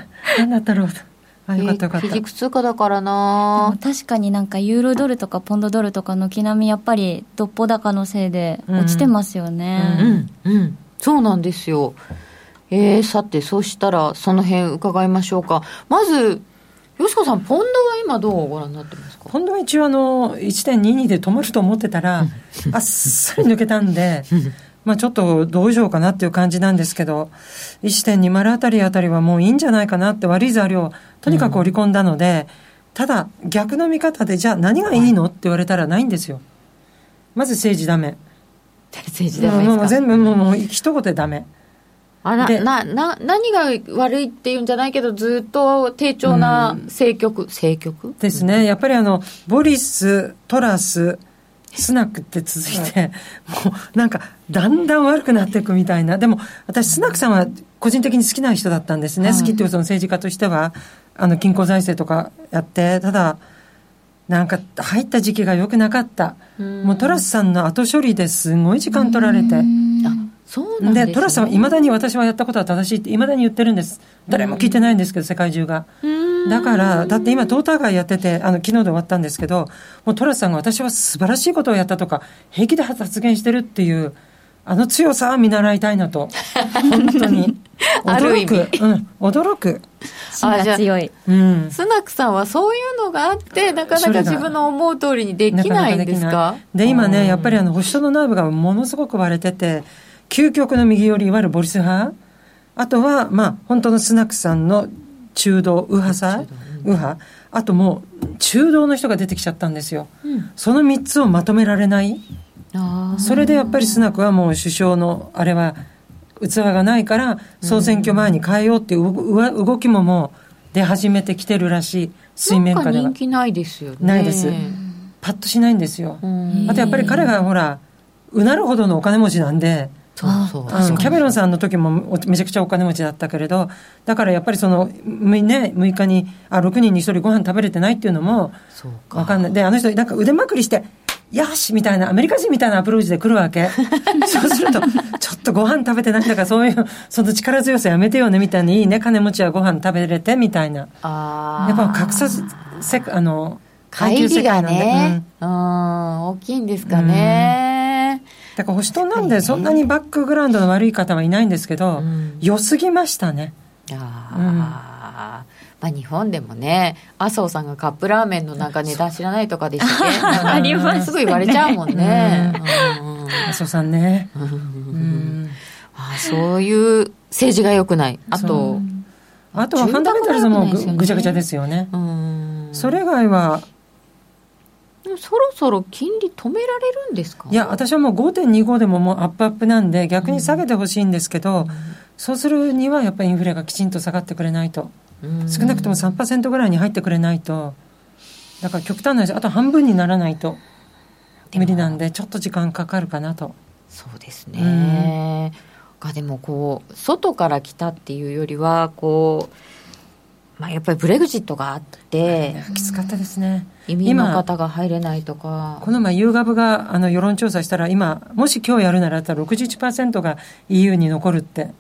何だったろうと。よかったよかった。 基軸通貨だからな。 でも確かになんかユーロドルとかポンドドルとか軒並みやっぱりどっぽ高のせいで落ちてますよね。 そうなんですよ。さてそうしたらその辺伺いましょうか。まずよしこさん、ポンドは今どうご覧になってますか？ ポンドは一応1.22 で止まると思ってたらあっさり抜けたんでちょっとどうしようかなっていう感じなんですけど、 1.20 あたりはもういいんじゃないかなって、悪い材料をとにかく織り込んだので、ただ逆の見方でじゃあ何がいいのって言われたらないんですよ。 まず政治ダメ。 政治ダメですか？ もう全部もう一言でダメ。 何が悪いっていうんじゃないけど、ずっと低調な政局ですね。やっぱりボリス、トラス、スナクって続いて、もうなんかだんだん悪くなっていくみたいな。でも私スナクさんは個人的に好きな人だったんですね。好きっていうその政治家としては均衡財政とかやって、ただなんか入った時期が良くなかった。もうトラスさんの後処理ですごい時間取られて。 そうなんですね。 でトラスさんはいまだに私はやったことは正しいっていまだに言ってるんです。誰も聞いてないんですけど、世界中が。だからだって今トーター街やってて昨日で終わったんですけど、もうトラスさんが私は素晴らしいことをやったとか平気で発言してるっていう強さは見習いたいなと本当に驚く驚く。 芯が強い。 スナクさんはそういうのがあってなかなか自分の思う通りにできないんですか？ で今ねやっぱり保守党の内部がものすごく割れてて、究極の右寄りいわゆるボリス派、あとは本当のスナクさんの中道右派、あともう中道の人が出てきちゃったんですよ、その3つをまとめられない。それでやっぱりスナクはもう首相のあれは器がないから総選挙前に変えようっていう動きももう出始めてきてるらしい。水面下ではなんか人気ないですよね。 ないです。パッとしないんですよ。あとやっぱり彼がほらうなるほどのお金持ちなんで、キャメロンさんの時もめちゃくちゃお金持ちだったけれど、だからやっぱりその6日に6人に1人ご飯食べれてないっていうのも分かんない。で人なんか腕まくりしてよしみたいなアメリカ人みたいなアプローチで来るわけそうするとちょっとご飯食べてないんだからそういうその力強さやめてよねみたいに、いいね金持ちはご飯食べれてみたいな。やっぱ格差乖離がね、大きいんですかね。 だから保守党なんでそんなにバックグラウンドの悪い方はいないんですけど、良すぎましたね。 日本でもね、麻生さんがカップラーメンのなんか値段知らないとかでしたねあります。すぐ言われちゃうもんね麻生さんね、 そういう政治が良くない。あとはファンダメンタルズもぐちゃぐちゃですよね。それ以外はそろそろ金利止められるんですか？ いや私はもう 5.25 でももうアップなんで逆に下げてほしいんですけど、そうするにはやっぱりインフレがきちんと下がってくれないと、少なくとも 3% ぐらいに入ってくれないと、だから極端な話あと半分にならないと無理なんでちょっと時間かかるかなと。 そうですね、でもこう外から来たっていうよりはこうやっぱりブレグジットがあって、 きつかったですね。 移民の方が入れないとか。 この前ユーガブが世論調査したらもし今日やるなら 61% が EU に残るって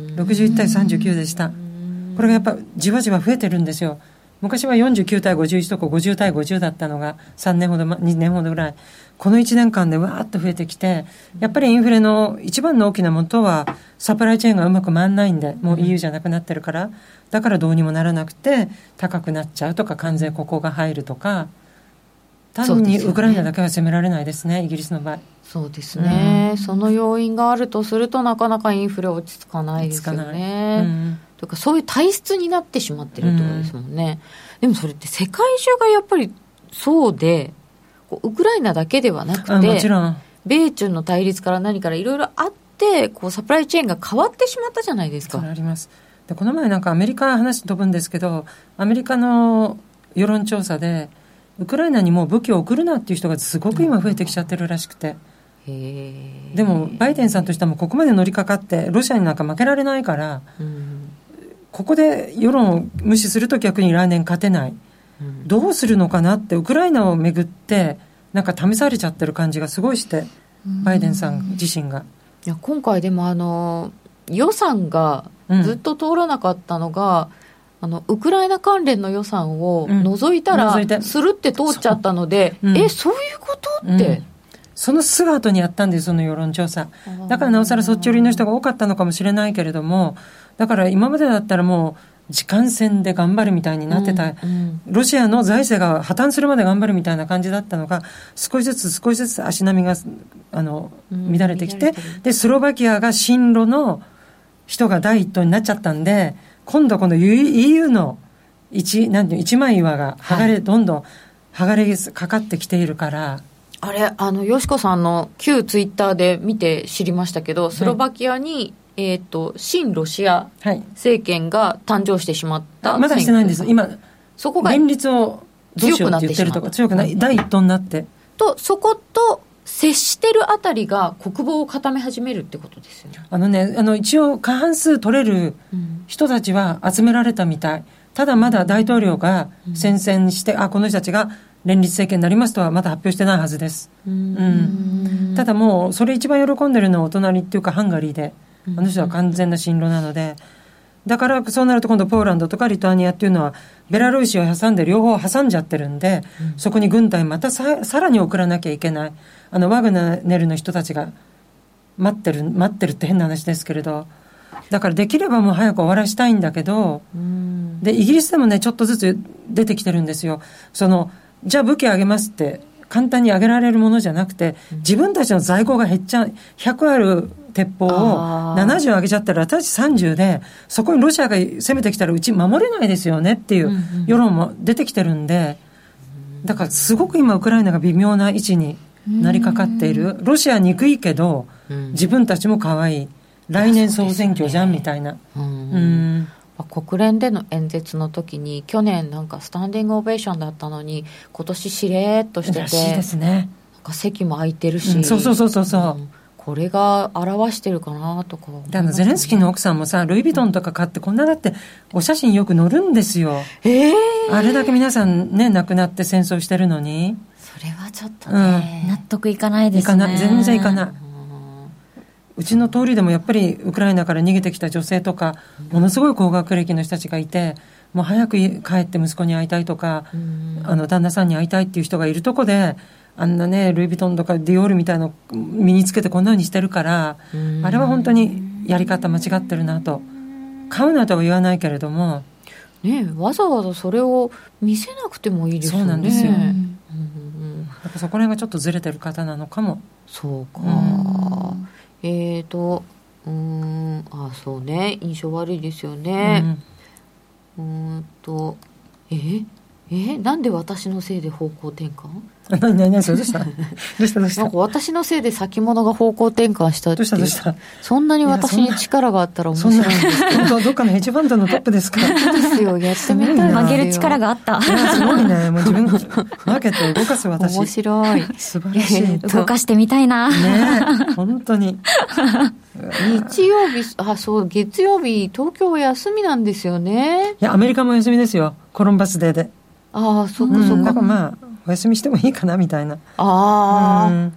61対39でした。これがやっぱじわじわ増えてるんですよ。昔は49対51とか50対50だったのが2年ほどぐらいこの1年間でわーっと増えてきて、やっぱりインフレの一番の大きな元はサプライチェーンがうまく回んないんで、もう EU じゃなくなってるから、だからどうにもならなくて高くなっちゃうとか関税ここが入るとか、単にウクライナだけは責められないですね、イギリスの場合。 そうですね、その要因があるとするとなかなかインフレ落ち着かないですよね。というかそういう体質になってしまってるってことですもんね。でもそれって世界中がやっぱりそうで、ウクライナだけではなくてもちろん米中の対立から何からいろいろあってサプライチェーンが変わってしまったじゃないですか。 それあります。でこの前なんかアメリカ話飛ぶんですけど、アメリカの世論調査でウクライナにもう武器を送るなっていう人がすごく今増えてきちゃってるらしくて、でもバイデンさんとしてはもうここまで乗りかかってロシアになんか負けられないから、ここで世論を無視すると逆に来年勝てない、どうするのかなってウクライナをめぐってなんか試されちゃってる感じがすごいして、バイデンさん自身が。 いや今回でも予算がずっと通らなかったのが、ウクライナ関連の予算を除いたら、スルって通っちゃったので、そういうことって、 そのすぐ後にやったんです、その世論調査。だからなおさらそっち寄りの人が多かったのかもしれないけれども、だから今までだったらもう時間戦で頑張るみたいになってた、ロシアの財政が破綻するまで頑張るみたいな感じだったのが、少しずつ足並みが乱れてきて、でスロバキアが親ロの人が第一党になっちゃったんで、今度この EU の一枚岩がどんどん剥がれかかってきているから、 あれよしこさんの旧ツイッターで見て知りましたけど、スロバキアに、親ロシア政権が誕生してしまった、 まだしてないんです。今そこが連立をどうしようって言ってるとか強くない、第一党になってと、そこと接してるあたりが国防を固め始めるってことですよね。 一応過半数取れる人たちは集められたみたい。ただまだ大統領が宣戦して、この人たちが連立政権になりますとはまだ発表してないはずです。ただもうそれ一番喜んでるのはお隣っていうかハンガリーで、あの人は完全な親ロなので、だからそうなると今度ポーランドとかリトアニアっていうのはベラルーシを挟んで両方挟んじゃってるんで、そこに軍隊またさらに送らなきゃいけない。ワグネルの人たちが待ってるって変な話ですけれど、だからできればもう早く終わらしたいんだけど、でイギリスでもねちょっとずつ出てきてるんですよ。じゃあ武器あげますって簡単にあげられるものじゃなくて、自分たちの在庫が減っちゃう。100ある鉄砲を70あげちゃったら私30で、そこにロシアが攻めてきたらうち守れないですよねっていう世論も出てきてるんで、だからすごく今ウクライナが微妙な位置になりかかっている。ロシア憎いけど自分たちも可愛い、来年総選挙じゃんみたいな。 国連での演説の時に去年なんかスタンディングオベーションだったのに今年しれーっとしてて、 らしいですね。 なんか席も空いてるし、 そう、 これが表してるかなとか。 ゼレンスキーの奥さんもさ、ルイ・ヴィトンとか買ってこんなだってお写真よく載るんですよ。あれだけ皆さんね亡くなって戦争してるのに、 それはちょっとね、 納得いかないですね。 全然いかない。うちの通りでもやっぱりウクライナから逃げてきた女性とかものすごい高学歴の人たちがいて、もう早く帰って息子に会いたいとか、旦那さんに会いたいっていう人がいるとこで、あんなねルイ・ヴィトンとかディオールみたいなの身につけてこんな風にしてるから、あれは本当にやり方間違ってるなと。買うなとは言わないけれどもね、わざわざそれを見せなくてもいいですよね。 そうなんですよ。やっぱそこら辺がちょっとずれてる方なのかも。 そうか。そうね、印象悪いですよね。なんで私のせいで方向転換？ 何それどうしたなんか私のせいで先物が方向転換したっていう。 どうした？ そんなに私に力があったら面白いんですけど。 どっかのヘッジファンドのトップですか？ そうですよ、やってみたいな。 曲げる力があった。 すごいね。もう自分マーケットを動かす私。 面白い。 素晴らしい。 動かしてみたいな。 ね、本当に。 日曜日、月曜日東京は休みなんですよね。 いやアメリカも休みですよ、コロンバスデーで。 そっかそっか。 だからまあお休みしてもいいかなみたいな。コロン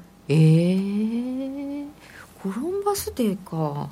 バスデーか。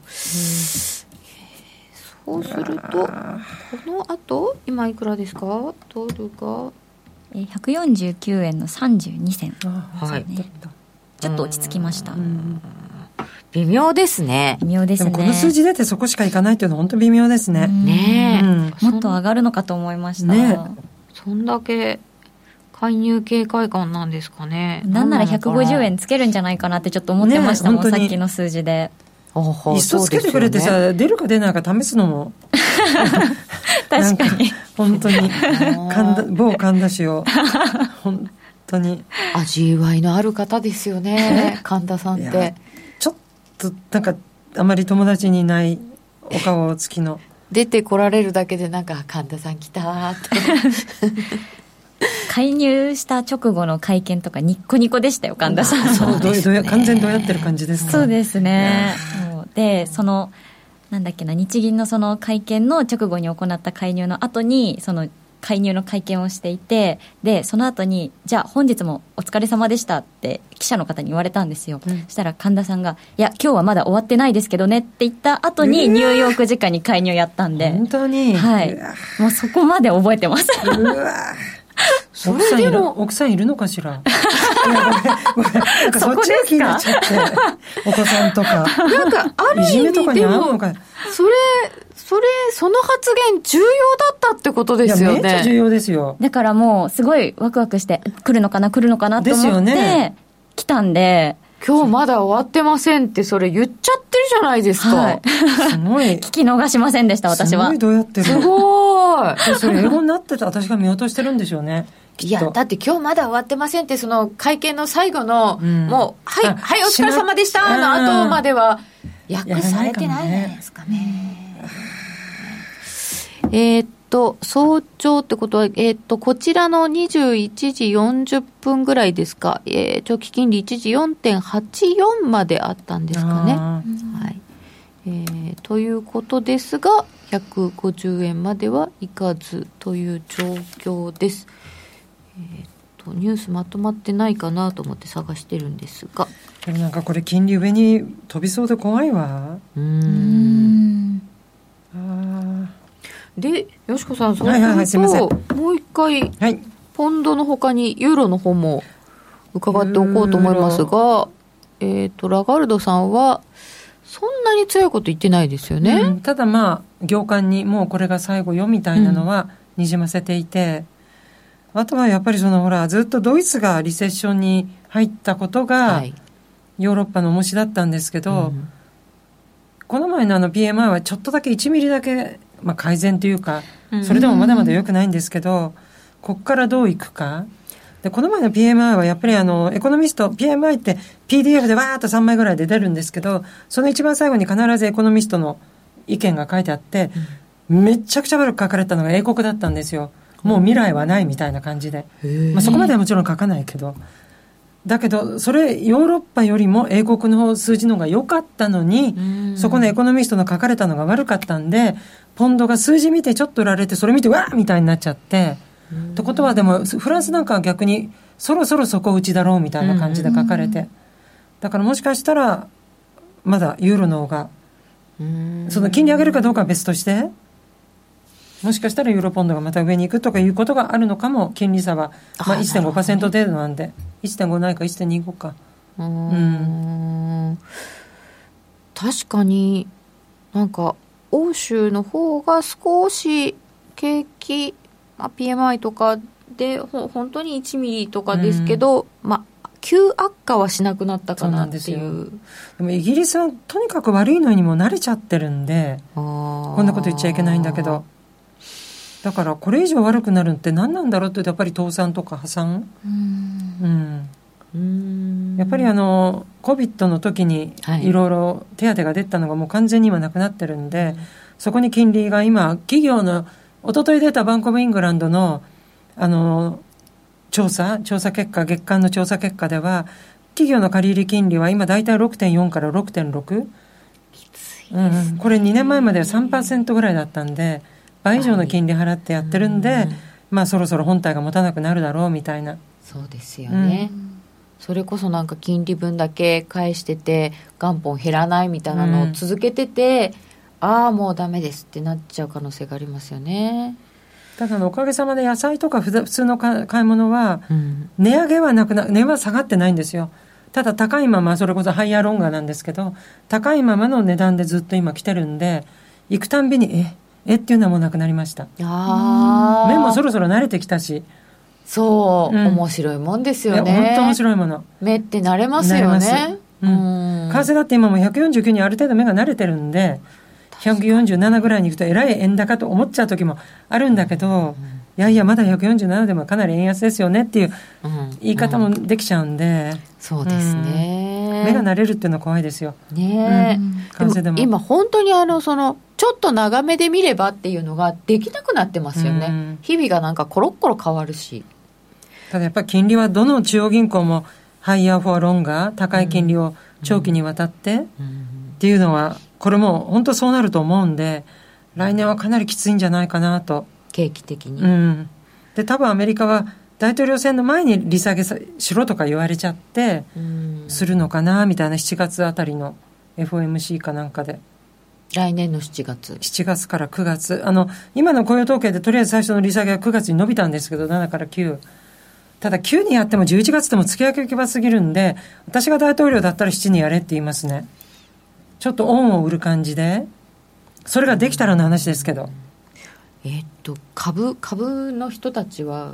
そうするとこの後今いくらですか？ドルが 149円の32銭。 はい。 ちょっと落ち着きました。 微妙ですね。 微妙ですね。 でもこの数字出てそこしかいかないっていうのは本当微妙ですね。 もっと上がるのかと思いました。 そんだけ介入警戒感なんですかね。 なんなら150円つけるんじゃないかなってちょっと思ってましたもん、さっきの数字で。 いっそつけてくれてさ、出るか出ないか試すのも確かに本当に某神田氏を本当に味わいのある方ですよね、神田さんって。 ちょっとなんかあまり友達にいないお顔つきの出てこられるだけでなんか神田さん来たーって介入した直後の会見とかニッコニコでしたよ、神田さん。 そうですね、完全にどうやってる感じですか。 そうですね。でなんだっけな、日銀のその会見の直後に行った介入の後にその介入の会見をしていて、でその後にじゃあ本日もお疲れ様でしたって記者の方に言われたんですよ。そしたら神田さんがいや今日はまだ終わってないですけどねって言った後にニューヨーク時間に介入やったんで、 本当に、 はい、もうそこまで覚えてます。 うわそれでも奥さんいるのかしら。ごめんなんかそっちが気になっちゃってお子さんとかなんかある意味でもその発言重要だったってことですよね。 いやめっちゃ重要ですよ。 だからもうすごいワクワクして来るのかなと思って来たんで、 今日まだ終わってませんってそれ言っちゃってるじゃないですか、はい、 すごい聞き逃しませんでした私は。 すごいどうやってるすごいそれ英語になってて私が見落としてるんでしょうね。 いやだって今日まだ終わってませんって、その会見の最後の、もうはいお疲れ様でしたの後までは訳されてないじゃないですかね。早朝ってことは、こちらの21時40分ぐらいですか、長期金利一時 4.84 まであったんですかね。はい、ということですが、150円まではいかずという状況です。ニュースまとまってないかなと思って探してるんですが、 でもなんかこれ金利上に飛びそうで怖いわ。 で、よしこさん、そうすると、もう一回、はい、ポンドの他にユーロの方も伺っておこうと思いますが、ラガルドさんはそんなに強いこと言ってないですよね。 ただまあ業間にもうこれが最後よみたいなのはにじませていて、あとはやっぱりそのほらずっとドイツがリセッションに入ったことがヨーロッパの重しだったんですけど、この前のPMI はちょっとだけ1ミリだけ、改善というか、それでもまだまだ良くないんですけど、ここからどういくかで、この前の PMI はやっぱりエコノミスト PMI って PDF でわーっと3枚ぐらいで出るんですけど、その一番最後に必ずエコノミストの意見が書いてあって、めちゃくちゃ悪く書かれたのが英国だったんですよ。もう未来はないみたいな感じで、そこまではもちろん書かないけど、だけどそれヨーロッパよりも英国の数字の方が良かったのに、そこのエコノミストの書かれたのが悪かったんで、ポンドが数字見てちょっと売られて、それ見てわーみたいになっちゃって、ってことはでもフランスなんかは逆にそろそろ底打ちだろうみたいな感じで書かれて、だからもしかしたらまだユーロの方が、その金利上げるかどうかは別として、もしかしたらユーロポンドがまた上に行くとかいうことがあるのかも。金利差は、1.5% 程度なんで、1.5 ないか 1.25 か。 確かになんか欧州の方が少し景気、PMI とかで本当に1ミリとかですけど、急悪化はしなくなったかなっていう。 でもイギリスはとにかく悪いのにも慣れちゃってるんで、こんなこと言っちゃいけないんだけど、だからこれ以上悪くなるって何なんだろうって、やっぱり倒産とか破産、やっぱりCOVID の時にいろいろ手当が出たのがもう完全に今なくなってるんで、そこに金利が今企業の一昨日出たバンコブイングランドの調査結果、月間の調査結果では企業の借入金利は今だいたい 6.4 から 6.6、これ2年前までは 3% ぐらいだったんで、倍以上の金利払ってやってるんで、そろそろ本体が持たなくなるだろうみたいな。 そうですよね、それこそなんか金利分だけ返してて元本減らないみたいなのを続けてて、もうダメですってなっちゃう可能性がありますよね。 ただおかげさまで野菜とか普通の買い物は、値上げはなくな、値は下がってないんですよ。ただ高いまま、それこそハイヤーロンガーなんですけど、高いままの値段でずっと今来てるんで、行くたんびにっていうのはもうなくなりました。目もそろそろ慣れてきたし、 面白いもんですよね。 本当面白いもの。 目って慣れますよね。 為替だって今も149にある程度目が慣れてるんで、147ぐらいに行くとえらい円高と思っちゃう時もあるんだけど、いやいやまだ147でもかなり円安ですよねっていう言い方もできちゃうんで、 そうですね、 目が慣れるっていうのは怖いですよね。でも今本当にちょっと長めで見ればっていうのができなくなってますよね。日々がなんかコロッコロ変わるし。 ただやっぱり金利はどの中央銀行もハイヤーフォアロンガー、高い金利を長期にわたってっていうのは、これも本当そうなると思うんで、来年はかなりきついんじゃないかなと。 景気的に、 で多分アメリカは大統領選の前に利下げしろとか言われちゃってするのかなみたいな、7月あたりの FOMC かなんかで、 来年の7 月から9月、今の雇用統計でとりあえず最初の利下げは9月に伸びたんですけど、7から9、ただ9にやっても11月でも月明けば過ぎるんで、私が大統領だったら7にやれって言いますね。ちょっと恩を売る感じで、それができたらの話ですけど、 株の人たちは、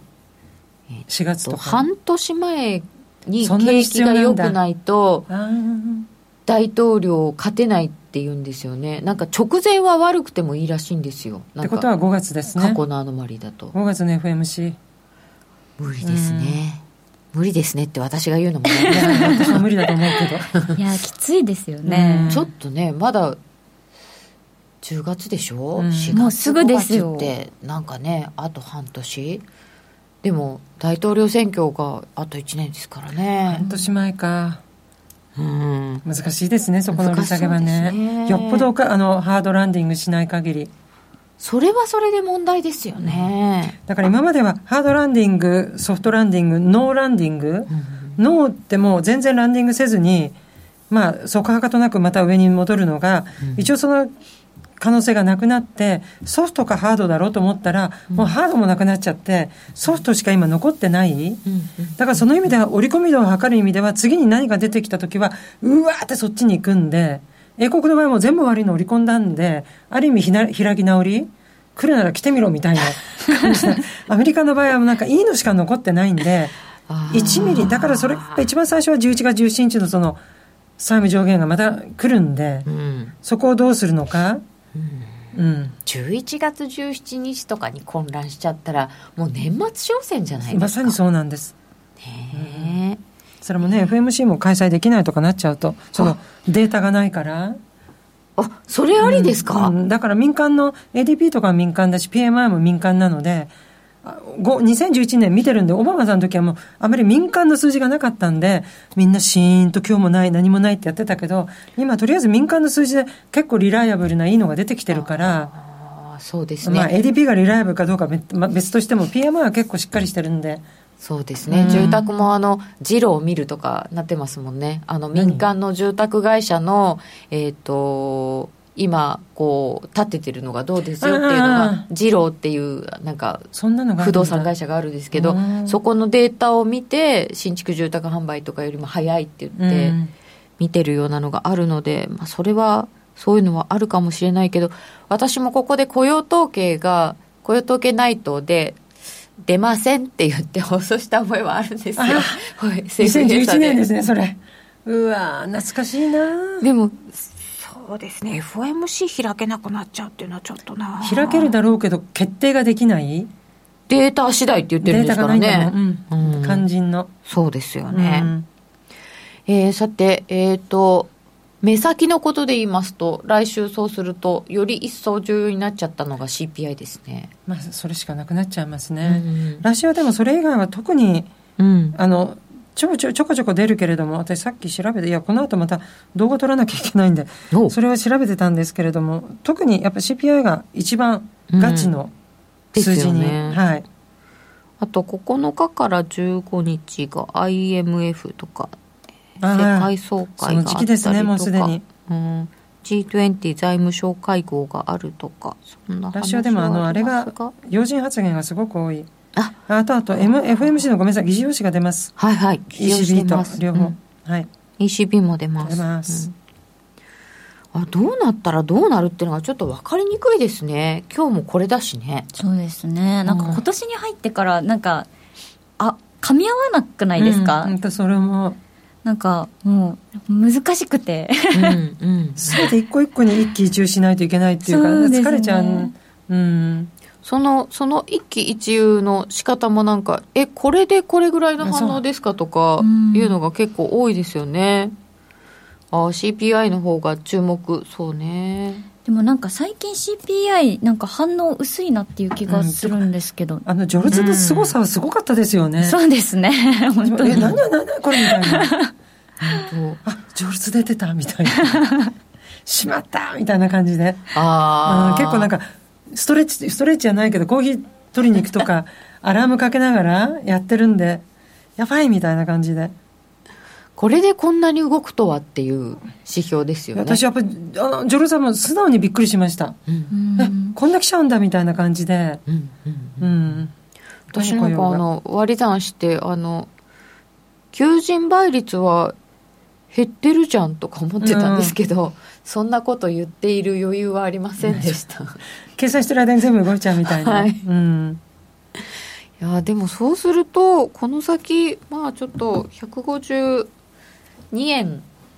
4月とか半年前に景気が良くないと大統領勝てないってって言うんですよね。なんか直前は悪くてもいいらしいんですよ。 ってことは5月ですね。 過去のアノマリだと 5月の FMC 無理ですね、無理ですねって私が言うのもね私は無理だと思うけどいやきついですよね、 ちょっとねまだ10月でしょ、4月もうすぐですよ 5月ってなんかねあと半年でも大統領選挙があと1年ですからね。 半年前か。 難しいですね、そこの利下げは ね。よっぽどハードランディングしない限り。 それはそれで問題ですよね、 だから今まではハードランディング、ソフトランディング、ノーランディング、ノーってもう全然ランディングせずに、即はかとなくまた上に戻るのが、一応その可能性がなくなって、ソフトかハードだろうと思ったら、もうハードもなくなっちゃってソフトしか今残ってない、だからその意味では織り込み度を測る意味では次に何が出てきた時はうわーってそっちに行くんで、英国の場合も全部悪いのを織り込んだんで、ある意味開き直り来るなら来てみろみたいな感じでアメリカの場合はなんかいいのしか残ってないんで1ミリだからそれが一番最初は11月17日のその債務上限がまた来るんで、そこをどうするのか、 11月17日とかに混乱しちゃったらもう年末商戦じゃないですか。 まさにそうなんです、それもね FMC も開催できないとかなっちゃうとそのデータがないから。 それありですか、 だから民間の ADP とかは民間だし PMI も民間なので2011年見てるんで、オバマさんの時はもうあまり民間の数字がなかったんでみんなシーンと今日もない何もないってやってたけど、今とりあえず民間の数字で結構リライアブルないいのが出てきてるから、 そうですね、 ADP がリライアブルかどうかは別としても PMI は結構しっかりしてるんで。 そうですね、住宅もジローを見るとかなってますもんね。民間の住宅会社の今こう建ててるのがどうですよっていうのがジローっていうなんか不動産会社があるんですけど、そこのデータを見て新築住宅販売とかよりも早いって言って見てるようなのがあるので、それはそういうのはあるかもしれないけど、私もここで雇用統計ナイトで出ませんって言って放送した覚えはあるんですよ。 2011年ですねそれ。うわ懐かしいな。 でもそうですね FOMC 開けなくなっちゃうっていうのはちょっとな。 開けるだろうけど決定ができないデータ次第って言ってるんですからね。 データがないんだもん、肝心の。 そうですよね、さて目先のことで言いますと、来週そうするとより一層重要になっちゃったのが CPI ですね。 それしかなくなっちゃいますね、来週はでもそれ以外は特に、ちょこちょこ出るけれども、私さっき調べてこの後また動画撮らなきゃいけないんでそれは調べてたんですけれども、特にやっぱ CPI が一番ガチの数字に、 あと9日から15日が IMF とか世界総会があったりとか、その時期ですねもうすでに、G20 財務省会合があるとか、そんな話はありますが、 私はでもあれが要人発言がすごく多い。あと FMC のごめんなさい議事要旨が出ます。ECB と両方、 ECB も出ます。どうなったらどうなるっていうのがちょっと分かりにくいですね。今日もこれだしね。 そうですね、なんか今年に入ってからなんか噛み合わなくないですか、 それもなんかもう難しくて全て一個一個に一喜一憂しないといけないっていうか、疲れちゃう。 その一喜一憂の仕方もなんかこれでこれぐらいの反応ですかとかいうのが結構多いですよね。CPI の方が注目。そうね。 でもなんか最近 CPI なんか反応薄いなっていう気がするんですけど、 ジョルズの凄さはすごかったですよね。 そうですね本当に何これみたいなジョルズ出てたみたいなしまったみたいな感じで、結構なんかストレッチじゃないけどコーヒー取りに行くとかアラームかけながらやってるんでやばいみたいな感じで、 これでこんなに動くとはっていう指標ですよね。 私やっぱりジョルさんも素直にびっくりしました、こんな来ちゃうんだみたいな感じで、 私なんか割り算して求人倍率は減ってるじゃんとか思ってたんですけど、そんなこと言っている余裕はありませんでした計算してる間に全部動いちゃうみたいな、いやでもそうするとこの先ちょっと152円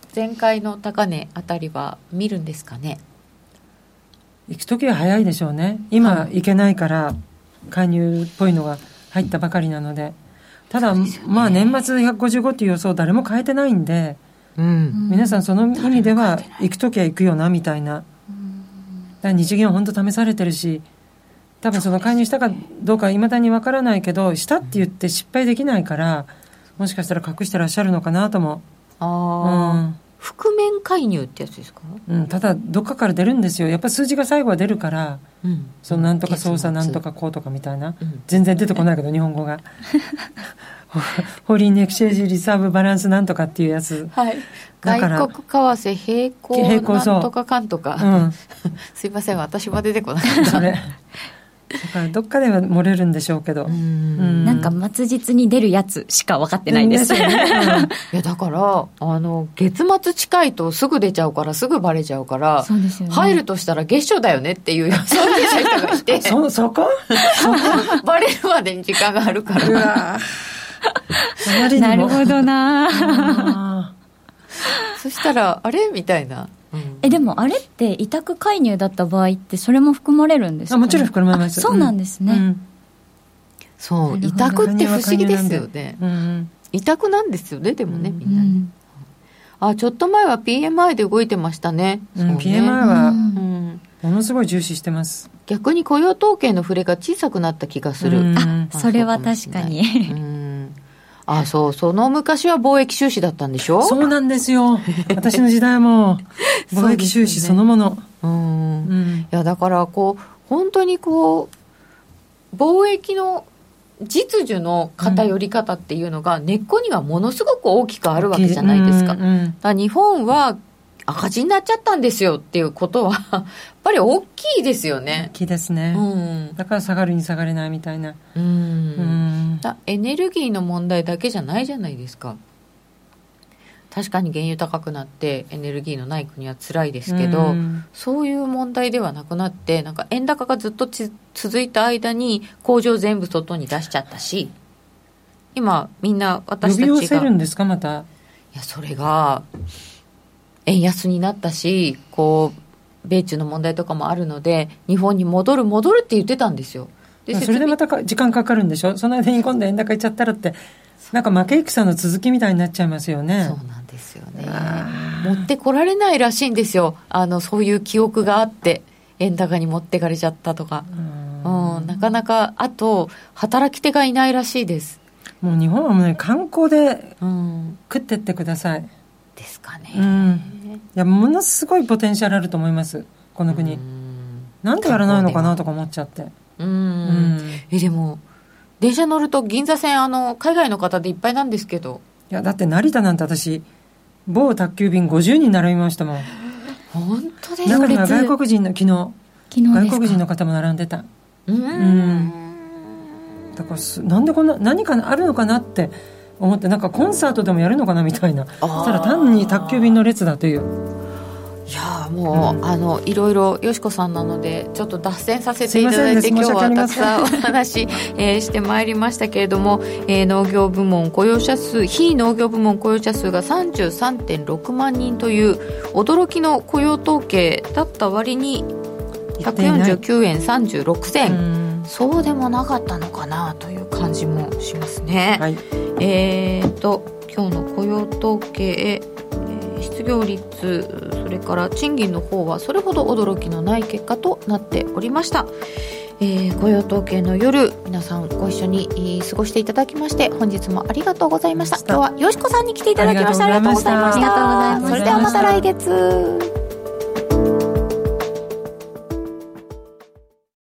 前回の高値あたりは見るんですかね。 行くときは早いでしょうね。今行けないから介入っぽいのが入ったばかりなので。ただ、まあ年末155っていう予想誰も変えてないんで、皆さんその意味では行くときは行くよなみたいな。だから日銀は本当試されてるし、多分その介入したかどうかいまだにわからないけど、したって言って失敗できないから、もしかしたら隠してらっしゃるのかなとも。 覆面介入ってやつですか？ ただどっかから出るんですよ。やっぱ数字が最後は出るから、そのなんとか操作なんとかこうとかみたいな、全然出てこないけど日本語がホーリンエクシェンジリザーブバランスなんとかっていうやつ、 はい、外国為替並行なんとかかんとか、すいません私は出てこなかったそれだからどっかでは漏れるんでしょうけど、 なんか末日に出るやつしか分かってないんですいやだから月末近いとすぐ出ちゃうからすぐバレちゃうから、 そうですよね、 入るとしたら月初だよねっていう予想で人がいてそこバレるまでに時間があるからうわなるほどなそしたらあれみたいな、 でもあれって委託介入だった場合ってそれも含まれるんですかね？ もちろん含まれます。 そうなんですね、 そう委託って不思議ですよね、委託なんですよねでもね、みんなね、ちょっと前は PMI で動いてましたね、 PMI は、ものすごい重視してます。 逆に雇用統計の触れが小さくなった気がする。 それは確かにその昔は貿易収支だったんでしょ？ そうなんですよ私の時代はもう貿易収支そのものいやだから本当に貿易の実需の偏り方っていうのが根っこにはものすごく大きくあるわけじゃないですか。だから日本は赤字になっちゃったんですよっていうことはやっぱり大きいですよね。 大きいですね、だから下がるに下がれないみたいな。 エネルギーの問題だけじゃないじゃないですか。確かに原油高くなってエネルギーのない国は辛いですけど、そういう問題ではなくなって、なんか円高がずっと続いた間に工場全部外に出しちゃったし、今みんな私たちが呼び寄せるんですかまた。 いやそれが円安になったし、米中の問題とかもあるので日本に戻るって言ってたんですよ。でそれでまた時間かかるんでしょ。その間に今度円高いっちゃったらってなんか負け戦の続きみたいになっちゃいますよね。 そうなんですよね。持ってこられないらしいんですよ。そういう記憶があって円高に持ってかれちゃったとか、なかなかあと働き手がいないらしいです。 もう日本はもうね観光で食ってってください、 ですかね。 いやものすごいポテンシャルあると思いますこの国。なんでやらないのかなとか思っちゃって。 でも電車乗ると銀座線海外の方でいっぱいなんですけど。 いやだって成田なんて私某宅急便50人並びましたもん。 本当ですか。 中には外国人の昨日外国人の方も並んでた。だからなんでこんな何かあるのかなって思って、なんかコンサートでもやるのかなみたいな。そしたら単に宅急便の列だという。 いやもう、いろいろよしこさんなのでちょっと脱線させていただいて今日はたくさんお話、してまいりましたけれども、農業部門雇用者数非農業部門雇用者数が 33.6 万人という驚きの雇用統計だった割に149円36銭、そうでもなかったのかなという感じもしますね、はい。今日の雇用統計、失業率それから賃金の方はそれほど驚きのない結果となっておりました。雇用統計の夜皆さんご一緒に過ごしていただきまして本日もありがとうございました。今日はよしこさんに来ていただきました。ありがとうございました。それではまた来月。